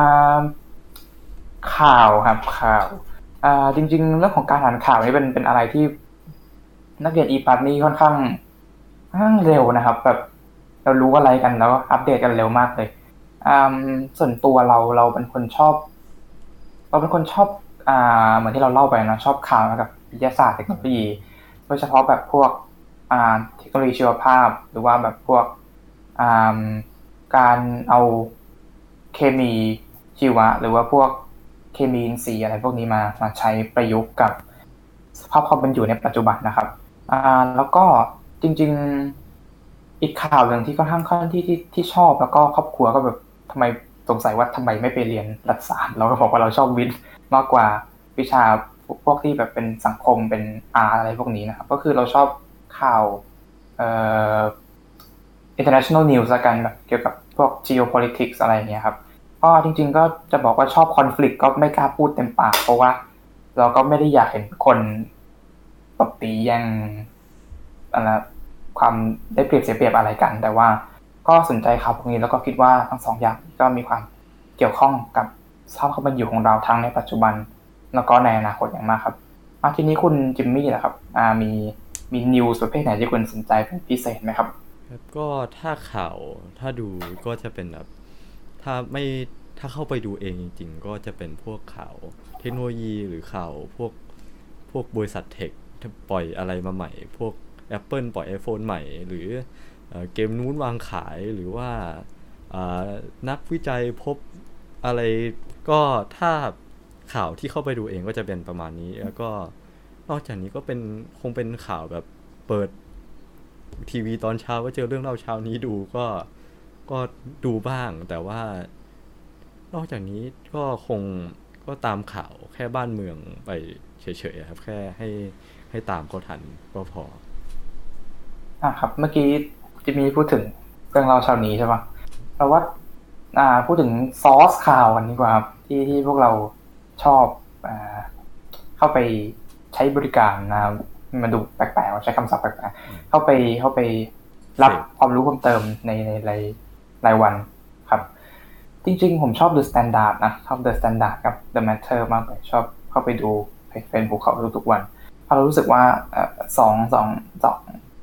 ข่าวครับข่าวจริงๆเรื่องของการอ่านข่าวนี่เป็นอะไรที่นักเรียนอีพัทนี่ค่อนข้างเร็วนะครับแบบเรารู้อะไรกันแล้วก็อัปเดตกันเร็วมากเลยส่วนตัวเราเป็นคนชอบเราเป็นคนชอบเหมือนที่เราเล่าไปนะชอบข่าวเกี่ยวกับวิทยาศาสตร์เทคโนโลยีโดยเฉพาะแบบพวกเทคโนโลยีชีวภาพหรือว่าแบบพวกอ่าการเอาเคมีชีวะหรือว่าพวกเคมีอินทรีย์อะไรพวกนี้มาใช้ประยุกต์กับสภาพความเป็นอยู่ในปัจจุบันนะครับ แล้วก็จริงๆอีกข่าวหนึ่งที่ค่อนข้างที่ชอบแล้วก็ครอบครัวก็แบบทำไมสงสัยว่าทำไมไม่ไปเรียนรัฐศาสตร์เราก็บอกว่าเราชอบวิทย์มากกว่าวิชาพวกที่แบบเป็นสังคมเป็นอาร์ตอะไรพวกนี้นะครับก็คือเราชอบข่าวเอ่อ international news ละกันแบบเกี่ยวกับพวก geopolitics อะไรอย่างเงี้ยครับก็จริงๆก็จะบอกว่าชอบ conflict ก็ไม่กล้าพูดเต็มปากเพราะว่าเราก็ไม่ได้อยากเห็นคนตบตีแย่ง อะไรความได้เปรียบเสียเปรียบอะไรกันแต่ว่าก็สนใจข่าวพวกนี้แล้วก็คิดว่าทั้งสองอย่างก็มีความเกี่ยวข้องกับสภาพความเป็นอยู่ของเราทั้งในปัจจุบันแล้วก็ในอนาคตอย่างมากครับทีนี้คุณจิมมี่นะครับมีนิวส์ประเภทไหนที่คุณสนใจเป็นพิเศษไหมครับครับก็ถ้าข่าวถ้าดูก็จะเป็นแบบถ้าไม่ถ้าเข้าไปดูเองจริงๆก็จะเป็นพวกข่าวเทคโนโลยีหรือข่าวพวกบริษัทเทคปล่อยอะไรมาใหม่พวก Apple ปล่อย iPhone ใหม่หรือเกมนู้นวางขายหรือว่านักวิจัยพบอะไรก็ถ้าข่าวที่เข้าไปดูเองก็จะเป็นประมาณนี้แล้วก็นอกจากนี้ก็คงเป็นข่าวแบบเปิดทีวีตอนเช้าก็เจอเรื่องเล่าเช้านี้ดูก็ดูบ้างแต่ว่านอกจากนี้ก็ก็ตามข่าวแค่บ้านเมืองไปเฉยๆครับแค่ให้ตามเขาทันก็พอครับเมื่อกี้จะมีพูดถึงเรื่องเราเช้านี้ใช่ปะเราว่าพูดถึงซอสข่าวกันดีกว่าครับที่พวกเราชอบอ่าเข้าไปใช้บริการนะครับมันดูแปลกๆใช้คำศัพท์แปลกๆเข้าไปรับความรู้เพิ่มเติมในรายวันครับจริงๆผมชอบ The Standard นะชอบ The Standard กับ The Matter มากเลยชอบเข้าไปดูเฟซบุ๊กเขาทุกๆวันเพราะเรารู้สึกว่าสอง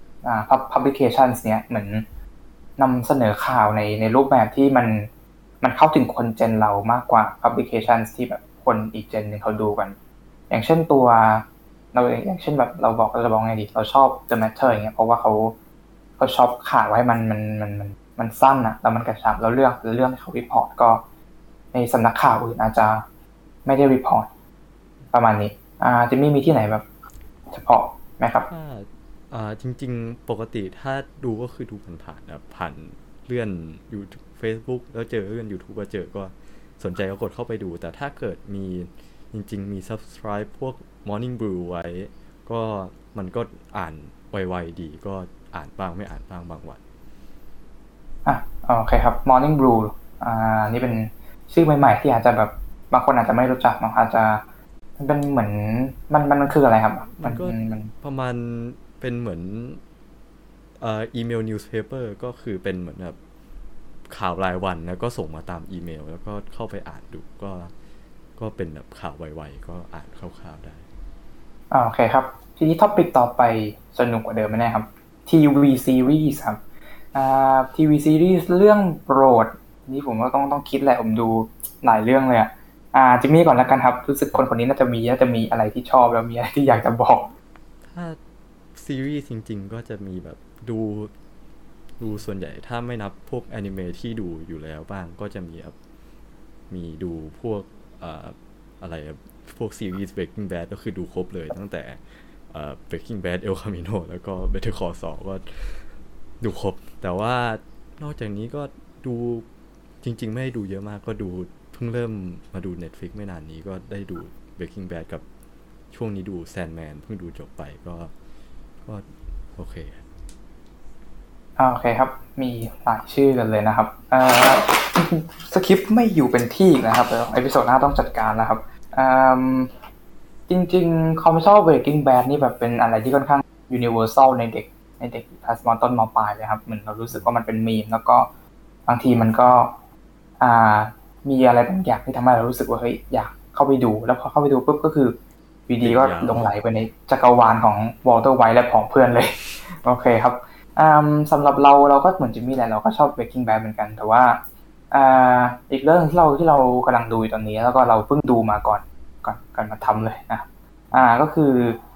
publications เนี้ยเหมือนนำเสนอข่าวในรูปแบบที่มันเข้าถึงคนเจนเรามากกว่า publications ที่แบบคนอีกเจนนึงเขาดูกันอย่างเช่นตัวเราอย่างเช่นแบบเราบอกไงดีเราชอบ The Matter อย่างเงี้ยเพราะว่าเขาชอบข่าวไว้มันสั้นนะแล้วมันกระชับแล้วเรื่องที่เขารีพอร์ตก็ในสำนักข่าวอื่นอาจจะไม่ได้รีพอร์ตประมาณนี้จะมีที่ไหนแบบเฉพาะไหมครับถ้าจริงๆปกติถ้าดูก็คือดูผ่านๆนะผ่านเลื่อน YouTube Facebook แล้วเจอเลื่อน YouTube ก็เจอก็สนใจก็กดเข้าไปดูแต่ถ้าเกิดมีจริงๆมี subscribe พวก Morning Brew ไว้ก็มันก็อ่านไวๆดีก็อ่านบ้างไม่อ่านบ้างบางวันอ่ะโอเคครับ Morning Brew นี่เป็นชื่อใหม่ๆที่อาจจะแบบบางคนอาจจะไม่รู้จักเนาะอาจจะมันเป็นเหมือนมันคืออะไรครับมันก็มันประมาณเป็นเหมือนอีเมล newspaper ก็คือเป็นเหมือนแบบข่าวรายวันแล้วก็ส่งมาตามอีเมลแล้วก็เข้าไปอ่านดูก็เป็นแบบข่าวไวๆก็อ่านคร่าวๆได้โอเคครับทีนี้ท็อปิกต่อไปสนุกกว่าเดิมไหมนะครับทีวีซีรีส์ครับทีวีซีรีส์เรื่องโปรดนี่ผมก็ต้องคิดแหละผมดูหลายเรื่องเลยจิมมี่ก่อนแล้วกันครับรู้สึกคนนี้น่าจะมีอะไรที่ชอบแล้วมีอะไรที่อยากจะบอกถ้าซีรีส์จริงๆก็จะมีแบบดูส่วนใหญ่ถ้าไม่นับพวกแอนิเมะที่ดูอยู่แล้วบ้างก็จะมีแบบมีดูพวกเอ่ออะไรพวกซีรีส์ Breaking Bad ก็คือดูครบเลยตั้งแต่Breaking Bad El Camino แล้วก็ Better Call Saul ก็ดูครบแต่ว่านอกจากนี้ก็ดูจริงๆไม่ได้ดูเยอะมากก็ดูเพิ่งเริ่มมาดู Netflix ไม่นานนี้ก็ได้ดู Breaking Bad กับช่วงนี้ดู Sandman เพิ่งดูจบไปก็โอเคโอเคครับมีหลายชื่อกันเลยนะครับสคริปต์ไม่อยู่เป็นที่นะครับเดี๋ยวเอพิโซดหน้าต้องจัดการนะครับอ่าจริงๆ Commercial Breaking Bad นี่แบบเป็นอะไรที่ค่อนข้าง universal ในเด็กทัสมอต้นมปลายเลยครับเหมือนเรารู้สึกว่ามันเป็นมีมแล้วก็บางทีมันก็อ่ามีอะไรบางอย่างที่ทำให้เรารู้สึกว่าเฮ้ยอยากเข้าไปดูแล้วพอเข้าไปดูปุ๊บก็คือวีดีก็ติดยาวหลงไหลไปในจักรวาลของวอลเตอร์ไวท์และผองเพื่อนเลยโอเคครับ สำหรับเราก็เหมือนจิมมี่แหละเราก็ชอบ Breaking Bad เหมือนกันแต่ว่าอ่าอีกเรื่องที่เรากำลังดูอยู่ตอนนี้แล้วก็เราเพิ่งดูมาก่อนมาทำเลยนะก็คือ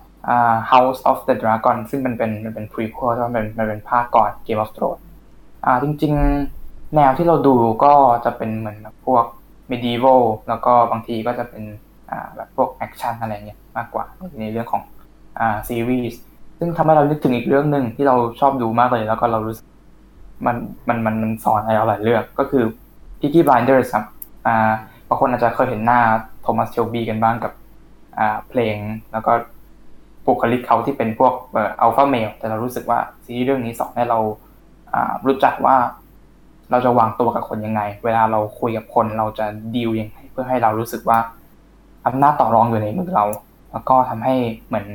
House of the Dragon ซึ่งมันเป็น prequel ใช่ไหมมันเป็นภาคก่อน Game of Thrones จริงๆแนวที่เราดูก็จะเป็นเหมือนแบบพวก medieval แล้วก็บางทีก็จะเป็นแบบพวกแอคชั่นอะไรเงี้ยมากกว่าในเรื่องของซีรีส์ซึ่งทำให้เรานึกถึงอีกเรื่องหนึ่งที่เราชอบดูมากเลยแล้วก็เรารู้สึกมันสอนอะไรเราหลายเรื่องก็คือ Peaky Blinders ครับบางคนอาจจะเคยเห็นหน้าโทมัสเชลบีกันบ้างกับเพลงแล้วก็บุคลิกเขาที่เป็นพวกอัลฟาเมลแต่เรารู้สึกว่าซีรีส์เรื่องนี้สอนให้เรารู้จักว่าเราจะวางตัวกับคนยังไงเวลาเราคุยกับคนเราจะดีลยังไงเพื่อให้เรารู้สึกว่าอำนาจต่อรองอยู่ในมือเราแล้วก็ทำให้เหมือน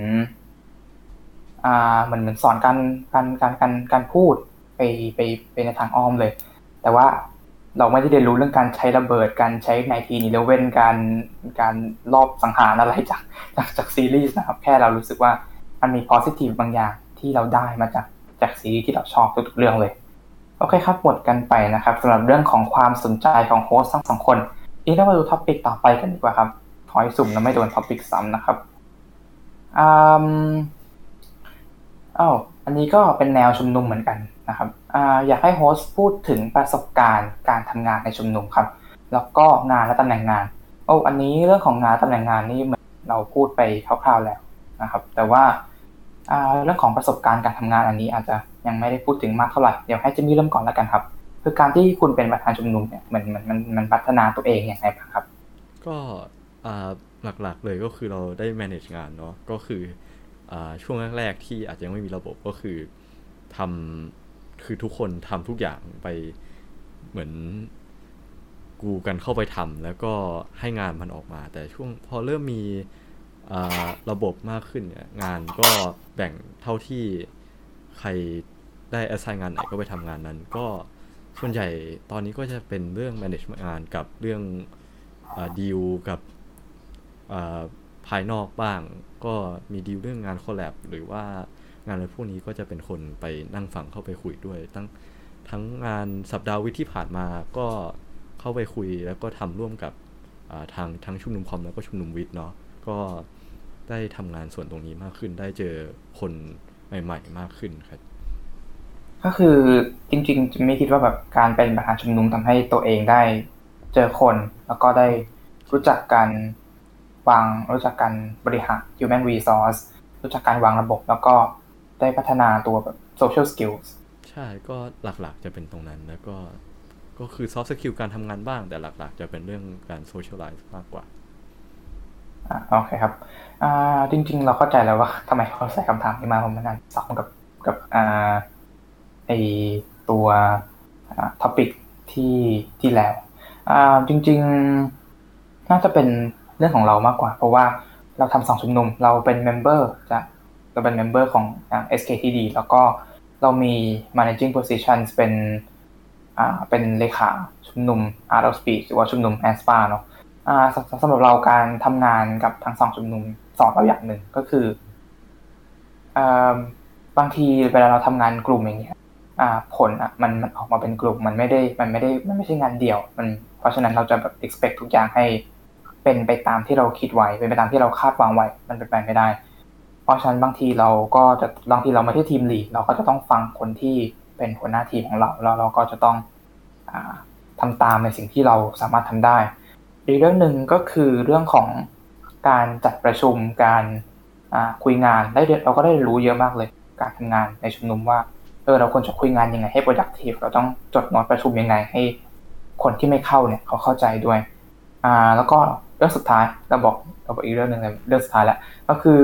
เหมือนสอนการพูดไปไปในทางอ้อมเลยแต่ว่าเราไม่ได้เรียนรู้เรื่องการใช้ระเบิดการใช้1911การลอบสังหารอะไรจากซีรีส์นะครับแค่เรารู้สึกว่ามันมี positive บางอย่างที่เราได้มาจากซีรีส์ที่เราชอบทุกๆเรื่องเลยโอเคครับหมดกันไปนะครับสำหรับเรื่องของความสนใจของโฮสต์ทั้งสองคนทีนี้เรามาดูท็อปิกต่อไปกันดีกว่าครับขอให้สุ่มแล้วไม่โดนท็อปิกซ้ำนะครับอืม อันนี้ก็เป็นแนวชุมนุมเหมือนกันนะครับอยากให้โฮสต์พูดถึงประสบการณ์การทำงานในชุมนุมครับแล้วก็งานและตำแหน่งงานอันนี้เรื่องของงานตำแหน่งงานนี่เหมือนเราพูดไปคร่าวๆแล้วนะครับแต่ว่าเรื่องของประสบการณ์การทำงานอันนี้อาจจะยังไม่ได้พูดถึงมากเท่าไหร่เดี๋ยวให้จิมมี่เริ่มก่อนแล้วกันครับคือการที่คุณเป็นประธานชุมนุมเนี่ยมันพัฒนาตัวเองอย่างไรบ้างครับก็หลักๆเลยก็คือเราได้ manage งานเนาะก็คือช่วงแรกๆที่อาจจะยังไม่มีระบบก็คือทคือทุกคนทำทุกอย่างไปเหมือนกูกันเข้าไปทำแล้วก็ให้งานมันออกมาแต่ช่วงพอเริ่มมีระบบมากขึ้นเนี่ยงานก็แบ่งเท่าที่ใครได้ assign งานไหนก็ไปทำงานนั้นก็ส่วนใหญ่ตอนนี้ก็จะเป็นเรื่อง manage งานกับเรื่องดีลกับภายนอกบ้างก็มีดีลเรื่องงานคอลแลบหรือว่างานอะไรพวกนี้ก็จะเป็นคนไปนั่งฟังเข้าไปคุยด้วยทั้งงานสัปดาห์วิทย์ที่ผ่านมาก็เข้าไปคุยแล้วก็ทำร่วมกับทั้งชุมนุมคอมแล้วก็ชุมนุมวิทย์เนาะก็ได้ทำงานส่วนตรงนี้มากขึ้นได้เจอคนใหม่ๆมากขึ้นครับก็คือจริงๆจะไม่คิดว่าแบบการเป็นประธานชุมนุมทำให้ตัวเองได้เจอคนแล้วก็ได้รู้จักการวางรู้จักการบริหาร human resource รู้จักการวางระบบแล้วก็ได้พัฒนาตัวแบบ social skills ใช่ก็หลักๆจะเป็นตรงนั้นแล้วก็คือ soft skill การทำงานบ้างแต่หลักๆจะเป็นเรื่องการ socialize มากกว่าโอเคครับจริงๆเราเข้าใจแล้วว่าทำไมเขาใส่คำถามนี้มาผมมันอาจจะซ้ำกับไอตัวท็อปิกที่แล้วจริงๆน่าจะเป็นเรื่องของเรามากกว่าเพราะว่าเราทำ2ชุมนุมเราเป็นเมมเบอร์เราเป็นเมมเบอร์ของSKTD แล้วก็เรามี managing positions เป็นเลขาชุมนุม Art of Speech หรือว่าชุมนุม ASPA เนาะสำหรับเราการทำงานกับทั้ง2ชุมนุมสอนเราอย่างหนึ่งก็คืออ่าบางทีเวลาเราทำงานกลุ่มอย่างเงี้ยผลมันออกมาเป็นกลุ่มมันไม่ใช่งานเดี่ยวเพราะฉะนั้นเราจะแบบ expect ทุกอย่างให้เป็นไปตามที่เราคิดไว้เป็นไปตามที่เราคาดหวังไว้มันเป็นไปไม่ได้เพราะฉะนั้นบางทีเราไม่ใช่ทีมลีดเราก็จะต้องฟังคนที่เป็นหัวหน้าทีมของเราแล้วเราก็จะต้องทำตามในสิ่งที่เราสามารถทำได้อีกเรื่องหนึ่งก็คือเรื่องของการจัดประชุมการคุยงานเราก็ได้รู้เยอะมากเลยการทำงานในชุมนุมว่าเราควรจะคุยงานยังไงให้ productive เราต้องจดโน้ตประชุมยังไงให้คนที่ไม่เข้าเนี่ยเขาเข้าใจด้วยแล้วก็เรื่องสุดท้ายเราบอกอีกเรื่องหนึ่งเลยเรื่องสุดท้ายแล้วก็คือ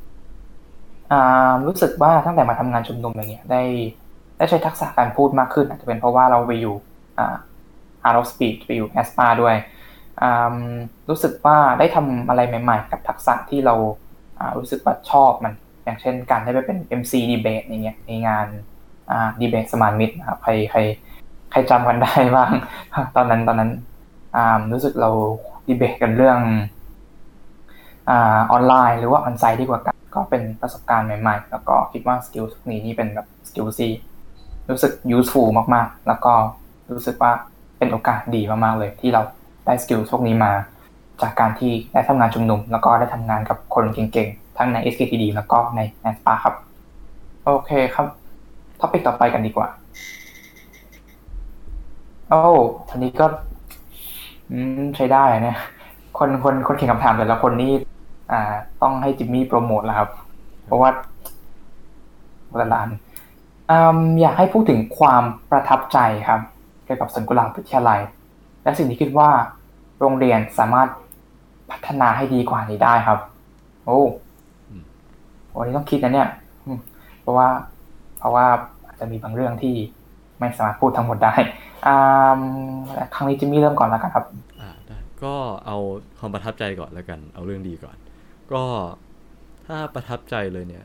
รู้สึกว่าตั้งแต่มาทำงานชุมนุมอย่างเงี้ยได้ใช้ทักษะการพูดมากขึ้นอาจจะเป็นเพราะว่าเราไปอยู่Art of Speech ไปอยู่ ASPA ด้วยรู้สึกว่าได้ทำอะไรใหม่ๆกับทักษะที่เรารู้สึกว่าชอบมันอย่างเช่นการได้ไปเป็น MC Debate อย่างเงี้ยในงานDebate สมานมิตรนะครับใครจำกันได้บ้างตอนนั้นรู้สึกเราดีเบตกันเรื่องออนไลน์หรือว่าออนไซต์ดีกว่ากันก็เป็นประสบการณ์ใหม่ๆแล้วก็คิดว่าสกิลพวกนี้นี่เป็นแบบสกิลที่รู้สึก useful มากๆแล้วก็รู้สึกว่าเป็นโอกาสดีมากๆเลยที่เราได้สกิลพวกนี้มาจากการที่ได้ทำงานชุมนุมแล้วก็ได้ทำงานกับคนเก่งๆทั้งใน SKTD แล้วก็ใน NSPA ครับโอเคครับท็อปิกต่อไปกันดีกว่าอันนี้ก็ใช้ได้เนี่ยคนเขียนคำถามแต่ละคนนี่ต้องให้จิมมี่โปรโมทแล้วครับเพราะว่าแต่ละอันอยากให้พูดถึงความประทับใจครับเกี่ยวกับสวนกุหลาบวิทยาลัยและสิ่งที่คิดว่าโรงเรียนสามารถพัฒนาให้ดีกว่านี้ได้ครับโอ้วันนี้ต้องคิดนะเนี่ยเพราะว่าอาจจะมีบางเรื่องที่ไม่สามารถพูดทั้งหมดได้อ่าครั้งนี้จิมมี่เริ่มก่อนแล้วกันครับได้ก็เอาความประทับใจก่อนแล้วกันเอาเรื่องดีก่อนก็ถ้าประทับใจเลยเนี่ย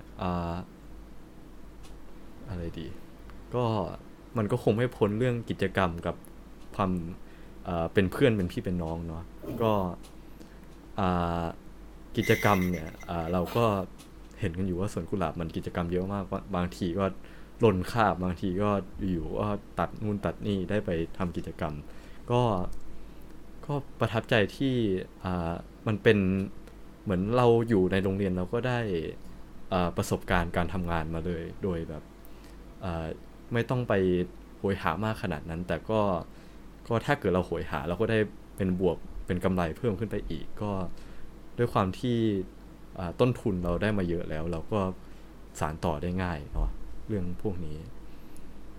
อะไรดีก็มันก็คงไม่พ้นเรื่องกิจกรรมกับความเป็นเพื่อนเป็นพี่เป็นน้องเนาะก็อ่ากิจกรรมเนี่ยเราก็เห็นกันอยู่ว่าสวนกุหลาบมันกิจกรรมเยอะมากบางทีก็หล่นคาบบางทีก็อยู่ก็ตัดนู่นตัดนี่ได้ไปทำกิจกรรมก็ประทับใจที่มันเป็นเหมือนเราอยู่ในโรงเรียนเราก็ได้ประสบการณ์การทำงานมาเลยโดยแบบไม่ต้องไปโหยหามากขนาดนั้นแต่ก็ถ้าเกิดเราโหยหาเราก็ได้เป็นบวกเป็นกำไรเพิ่มขึ้นไปอีกก็ด้วยความที่ต้นทุนเราได้มาเยอะแล้วเราก็สานต่อได้ง่ายเนาะเรื่องพวกนี้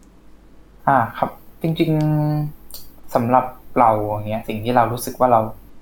ครับจริงๆสำหรับเราอย่างเงี้ยสิ่งที่เรารู้สึกว่าเรา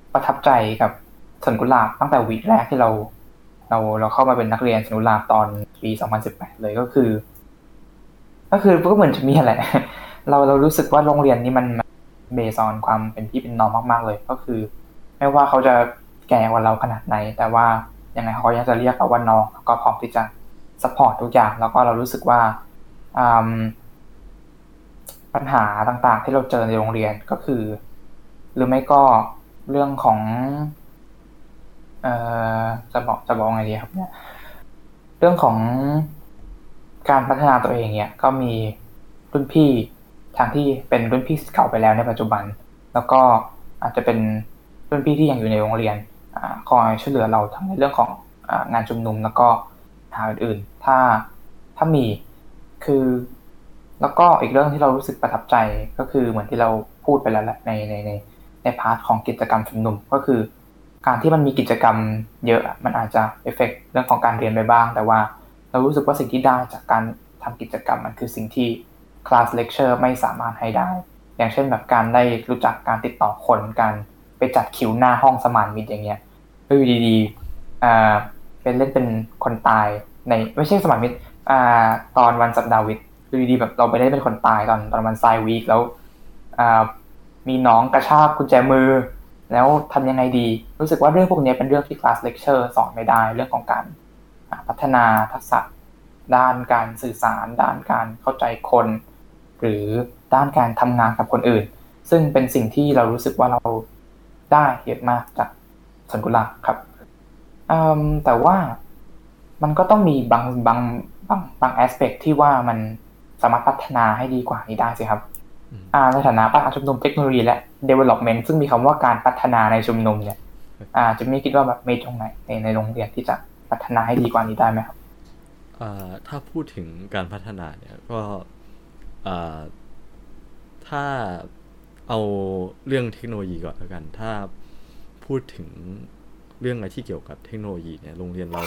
ประทับใจกับสวนกุหลาบตั้งแต่วีคแรกที่เราเข้ามาเป็นนักเรียนสวนกุหลาบตอนปี2018เลยก็คือก็เหมือนจะมีอะไร เรารู้สึกว่าโรงเรียนนี้มันเบสออนความเป็นพี่เป็นน้องมากๆเลยก็คือไม่ว่าเขาจะแก่กว่าเราขนาดไหนแต่ว่ายังไงเขายังจะเรียกเราว่าน้องแล้วก็พร้อมที่จะซัพพอร์ตทุกอย่างแล้วก็เรารู้สึกว่าอืมปัญหาต่างๆที่เราเจอในโรงเรียนก็คือหรือไม่ก็เรื่องของเอ่จะบอกไงดีครับเนี่ยเรื่องของการพัฒนาตัวเองเนี่ยก็มีรุ่นพี่ทางที่เป็นรุ่นพี่เก่าไปแล้วในปัจจุบันแล้วก็อาจจะเป็นรุ่นพี่ที่ยังอยู่ในโรงเรียนคอยช่วยเหลือเราทั้งในเรื่องของงานชุมนุมแล้วก็หาอื่นๆถ้ามีคือแล้วก็อีกเรื่องที่เรารู้สึกประทับใจก็คือเหมือนที่เราพูดไปแล้วแหละในพาร์ทของกิจกรรมชุมนุมก็คือการที่มันมีกิจกรรมเยอะมันอาจจะเอฟเฟกต์เรื่องของการเรียนไปบ้างแต่ว่าเรารู้สึกว่าสิ่งที่ได้จากการทำกิจกรรมมันคือสิ่งที่คลาสเลคเชอร์ไม่สามารถให้ได้อย่างเช่นแบบการได้รู้จักการติดต่อคนการไปจัดคิวหน้าห้องสมานมิตรอย่างเงี้ยอยู่ดีๆเป็นเล่นเป็นคนตายในไม่ใช่สมานมิตรตอนวันสัปดาห์วิทย์อยู่ดีๆแบบเราไปได้เป็นคนตายตอนวันไซวีคแล้วมีน้องกระชากกุญแจมือแล้วทำยังไงดีรู้สึกว่าเรื่องพวกนี้เป็นเรื่องที่คลาสเลคเชอร์สอนไม่ได้เรื่องของการพัฒนาทักษะด้านการสื่อสารด้านการเข้าใจคนหรือด้านการทำงานกับคนอื่นซึ่งเป็นสิ่งที่เรารู้สึกว่าเราได้เยอะมากจากสวนกุหลาบครับแต่ว่ามันก็ต้องมีบางแอสเปกที่ว่ามันสามารถพัฒนาให้ดีกว่านี้ได้สิครับในฐานะประธานชุมนุมเทคโนโลยีและ development ซึ่งมีคำว่าการพัฒนาในชุมนุมเนี่ยจะไม่คิดว่าแบบมีตรงไหนในโรงเรียนที่จะพัฒนาให้ดีกว่านี้ได้ไหมครับถ้าพูดถึงการพัฒนาเนี่ยก็ถ้าเอาเรื่องเทคโนโลยีก่อนแล้วกันถ้าพูดถึงเรื่องอะไรที่เกี่ยวกับเทคโนโลยีเนี่ยโรงเรียนเรา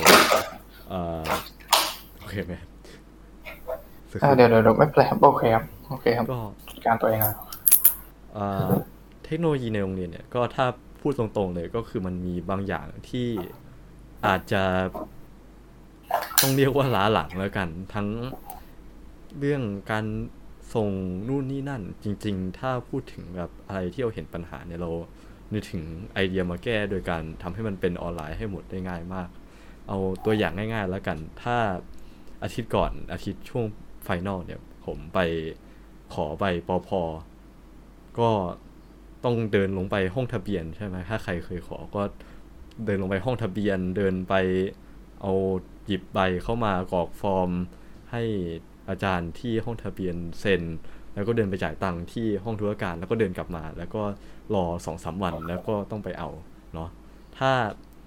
โอเคไหมเดี๋ยวไม่เป็นไรครับโอเคครับก็จัดการตัวเองนะเทคโนโลยีในโรงเรียนเนี่ยก็ถ้าพูดตรงๆเลยก็คือมันมีบางอย่างที่อาจจะต้องเรียกว่าล้าหลังแล้วกันทั้งเรื่องการส่งนู่นนี่นั่นจริงๆถ้าพูดถึงแบบอะไรที่เราเห็นปัญหาเนี่ยเรานึกถึงไอเดียมาแก้โดยการทำให้มันเป็นออนไลน์ให้หมดได้ง่ายมากเอาตัวอย่างง่ายๆแล้วกันถ้าอาทิตย์ก่อนอาทิตย์ช่วงไฟนอลเนี่ยผมไปขอใบปพก็ต้องเดินลงไปห้องทะเบียนใช่ไหมถ้าใครเคยขอก็เดินลงไปห้องทะเบียนเดินไปเอาหยิบใบเข้ามากรอกฟอร์มให้อาจารย์ที่ห้องทะเบียนเซ็นแล้วก็เดินไปจ่ายตังค์ที่ห้องธุรการแล้วก็เดินกลับมาแล้วก็รอ 2-3 วันแล้วก็ต้องไปเอาเนาะถ้า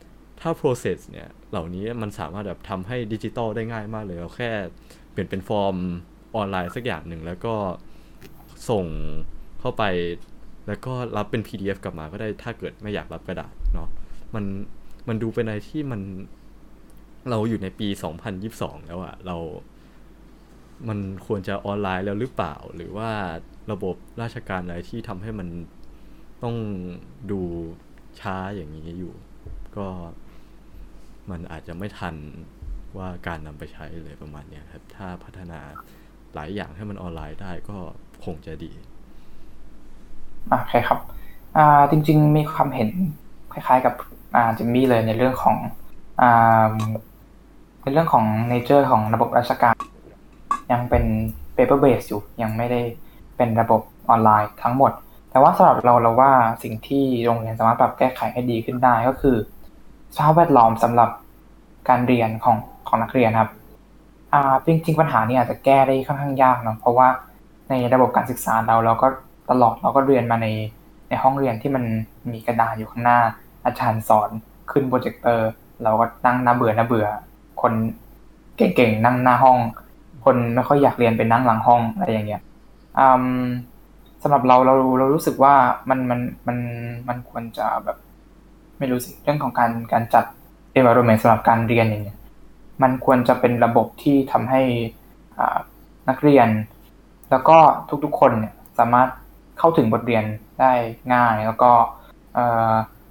process เนี่ยเหล่านี้มันสามารถแบบทำให้ดิจิตอลได้ง่ายมากเลยเราแค่เปลี่ยนเป็นฟอร์มออนไลน์สักอย่างหนึ่งแล้วก็ส่งเข้าไปแล้วก็รับเป็น PDF กลับมาก็ได้ถ้าเกิดไม่อยากรับกระดาษเนาะมันดูเป็นอะไรที่เราอยู่ในปี2022แล้วอะมันควรจะออนไลน์แล้วหรือเปล่าหรือว่าระบบราชการอะไรที่ทำให้มันต้องดูช้าอย่างนี้อยู่ก็มันอาจจะไม่ทันว่าการนำไปใช้เลยประมาณนี้ครับถ้าพัฒนาหลายอย่างให้มันออนไลน์ได้ก็คงจะดีโอเคครับจริงๆมีความเห็นคล้ายๆกับจิมมี่เลยในเรื่องของอ่าในเรื่องของ nature ของระบบราชการยังเป็น paper based อยู่ยังไม่ได้เป็นระบบออนไลน์ทั้งหมดแต่ว่าสำหรับเราว่าสิ่งที่โรงเรียนสามารถปรับแก้ไขให้ดีขึ้นได้ก็คือสภาพแวดล้อมสำหรับการเรียนของนักเรียนครับจริงๆปัญหานี้อาจจะแก้ได้ค่อนข้างยากเนาะเพราะว่าในระบบการศึกษาเราก็เราก็เรียนมาในห้องเรียนที่มันมีกระดานอยู่ข้างหน้าอาจารย์สอนขึ้นโปรเจคเตอร์เราก็นั่งน่าเบื่อคนเก่งๆนั่งหน้าห้องคนไม่ค่อยอยากเรียนไปนั่งหลังห้องอะไรอย่างเงี้ยสำหรับเรารู้สึกว่ามันควรจะแบบไม่รู้สิเรื่องของการจัด environment สำหรับการเรียนอย่างเงี้ยมันควรจะเป็นระบบที่ทำให้นักเรียนแล้วก็ทุกๆคนเนี่ยสามารถเข้าถึงบทเรียนได้ง่ายแล้วก็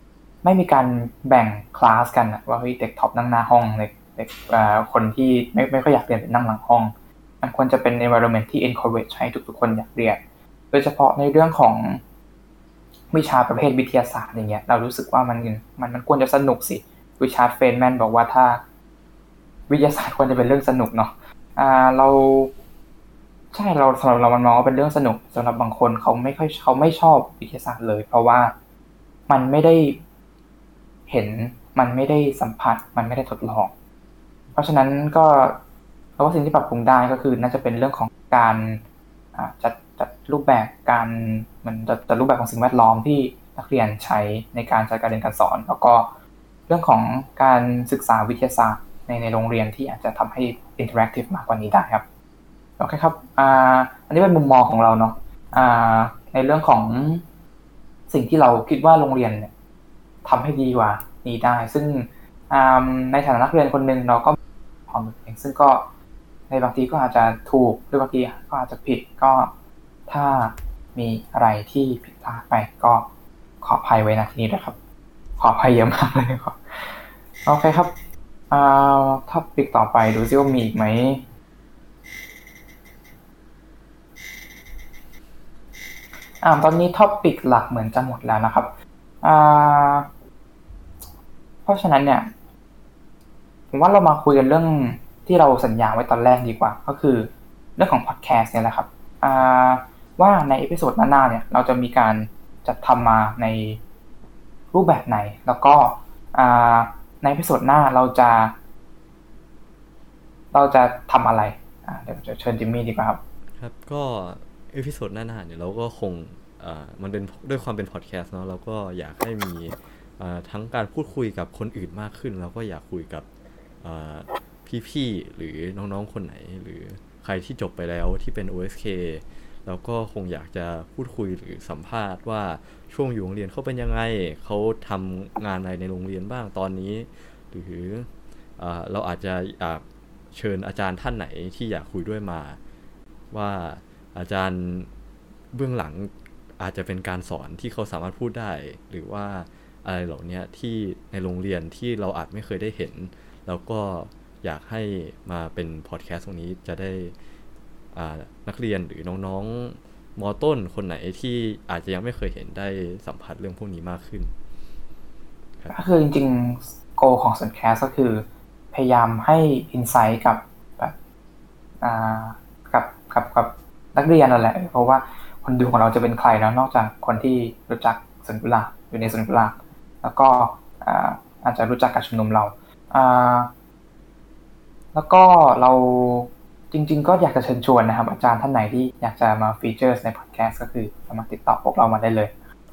ไม่มีการแบ่งคลาสกันว่าเฮ้ยเด็กท็อปนั่งหน้าห้องเด็กคนที่ไม่ค่อยอยากเรียนเป็นนั่งหลังห้องมันควรจะเป็น environment ที่ encourage ให้ทุกๆคนอยากเรียนโดยเฉพาะในเรื่องของวิชาประเภทวิทยาศาสตร์อย่างเงี้ยเรารู้สึกว่ามันควรจะสนุกสิริชาร์ดเฟนแมนบอกว่าถ้าวิทยาศาสตร์ควรจะเป็นเรื่องสนุกเนาะเราใช่เราสำหรับเรามันมองว่าเป็นเรื่องสนุกสำหรับบางคนเขาไม่ชอบวิทยาศาสตร์เลยเพราะว่ามันไม่ได้เห็นมันไม่ได้สัมผัสมันไม่ได้ทดลองเพราะฉะนั้นก็เราว่าสิ่งที่ปรับปรุงได้ก็คือน่าจะเป็นเรื่องของการจัดรูปแบบการเหมือนจัดรูปแบบของสิ่งแวดล้อมที่นักเรียนใช้ในการจัดการเรียนการสอนแล้วก็เรื่องของการศึกษาวิทยาศาสตร์ในโรงเรียนที่อาจจะทำให้อินเทอร์แอคทีฟมากกว่านี้ได้ครับโอเคครับอันนี้เป็นมุมมองของเราเนาะในเรื่องของสิ่งที่เราคิดว่าโรงเรียนเนี่ยทำให้ดีกว่านี้ได้ซึ่งในฐานะนักเรียนคนหนึ่งเราก็ความเองซึ่งก็ในบางทีก็อาจจะถูกหรือบางทีก็อาจจะผิดก็ถ้ามีอะไรที่ผิดพลาดไปก็ขออภัยไว้ณที่นี้ด้วยครับขออภัยเยอะมากเลยครับโอเคครับท็อปิกต่อไปดูซิว่ามีอีกไหมตอนนี้ท็อปิกหลักเหมือนจะหมดแล้วนะครับเพราะฉะนั้นเนี่ยผมว่าเรามาคุยกันเรื่องที่เราสัญญาไว้ตอนแรกดีกว่าก็คือเรื่องของพอดแคสต์เนี่ยแหละครับว่าในเอพิโซดหน้าเนี่ยเราจะมีการจัดทำมาในรูปแบบไหนแล้วก็ในเอพิโซดหน้าเราจะทำอะไรเดี๋ยวจะเชิญจิมมี่ดีกว่าครับครับก็เอพิโซดหน้าๆเนี่ยเราก็คงมันเป็นด้วยความเป็นพอดแคสต์เนาะเราก็อยากให้มีทั้งการพูดคุยกับคนอื่นมากขึ้นเราก็อยากคุยกับพี่ๆหรือน้องๆคนไหนหรือใครที่จบไปแล้วที่เป็น OSK เราก็คงอยากจะพูดคุยหรือสัมภาษณ์ว่าช่วงอยู่โรงเรียนเขาเป็นยังไงเขาทำงานอะไรในโรงเรียนบ้างตอนนี้หรือเราอาจจะอยากเชิญอาจารย์ท่านไหนที่อยากคุยด้วยมาว่าอาจารย์เบื้องหลังอาจจะเป็นการสอนที่เขาสามารถพูดได้หรือว่าอะไรเหล่านี้ที่ในโรงเรียนที่เราอาจไม่เคยได้เห็นแล้วก็อยากให้มาเป็นพอดแคสต์ตรงนี้จะได้นักเรียนหรือน้องๆม.ต้นคนไหนที่อาจจะยังไม่เคยเห็นได้สัมผัสเรื่องพวกนี้มากขึ้นก็คือจริงๆโกของส่วนแคสก็คือพยายามให้อินไซต์กับแบบกับนักเรียนนั่นแหละเพราะว่าคนดูของเราจะเป็นใครแล้วนอกจากคนที่รู้จักสวนกุหลาบอยู่ในสวนกุหลาบแล้วก็อาจจะรู้จักการชุมนุมเราแล้วก็เราจริงๆก็อยากจะเชิญชวนนะครับอาจารย์ท่านไหนที่อยากจะมาฟีเจอร์ในพอดแคสต์ก็คือสามารถติดต่อพวกเรามาได้เลย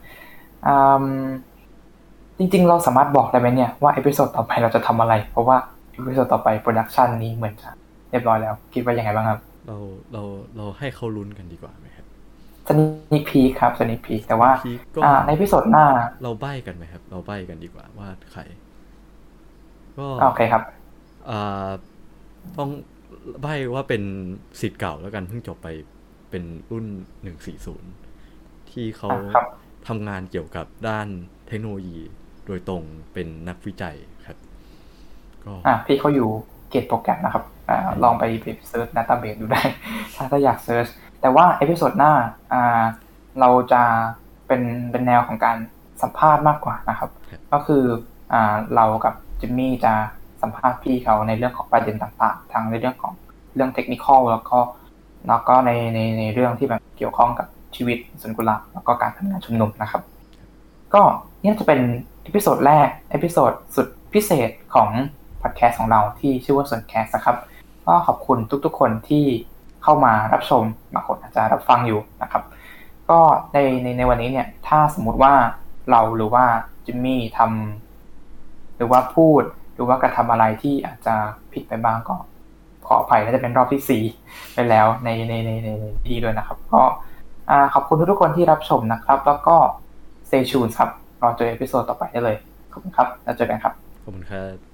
จริงๆเราสามารถบอกได้ไหมเนี่ยว่าเอพิโซดต่อไปเราจะทำอะไรเพราะว่าเอพิโซดต่อไปโปรดักชันนี้เหมือนจะเรียบร้อยแล้วคิดว่ายังไงบ้างครับเราให้เขาลุ้นกันดีกว่าไหมครับสนิคพีครับสนิคพีแต่ว่าในเอพิโซดหน้าเราใบ้กันไหมครับเราใบ้กันดีกว่าว่าใครก็โอเคครับต้องใบ้ว่าเป็นศิษย์เก่าแล้วกันเพิ่งจบไปเป็นรุ่น140ที่เขาทำงานเกี่ยวกับด้านเทคโนโลยีโดยตรงเป็นนักวิจัยครับก็พี่เขาอยู่เกตโปรแกรมนะครับลองไปเซิร์ช database ดูได้ถ้าอยากเซิร์ชแต่ว่าเอพิโซดหน้าเราจะเป็นแนวของการสัมภาษณ์มากกว่านะครับก็คือเรากับจิมมี่จะสัมภาษณ์พี่เขาในเรื่องของประเด็นต่างๆทั้งในเรื่องของเรื่องเทคนิคอลแล้วก็ในเรื่องที่แบบเกี่ยวข้องกับชีวิตสวนกุหลาบแล้วก็การทำงานชุมนุมนะครับก็นี่จะเป็นเอพิโซดแรกเอพิโซดสุดพิเศษของพอดแคสต์ของเราที่ชื่อว่าส่วนแคสนะครับก็ขอบคุณทุกๆคนที่เข้ามารับชมบางคนอาจจะรับฟังอยู่นะครับก็ในวันนี้เนี่ยถ้าสมมุติว่าเราหรือว่าจิมมี่ทำหรือว่าพูดหรือว่ากระทำอะไรที่อาจจะผิดไปบ้างก็ขออภัยน่าจะเป็นรอบที่4ไปแล้วในที่ด้วยนะครับก็ขอบคุณทุกคนที่รับชมนะครับแล้วก็ stay tuned ครับรอเจอเอพิโซดต่อไปได้เลยขอบคุณครับแล้วเจอกันครับขอบคุณครับ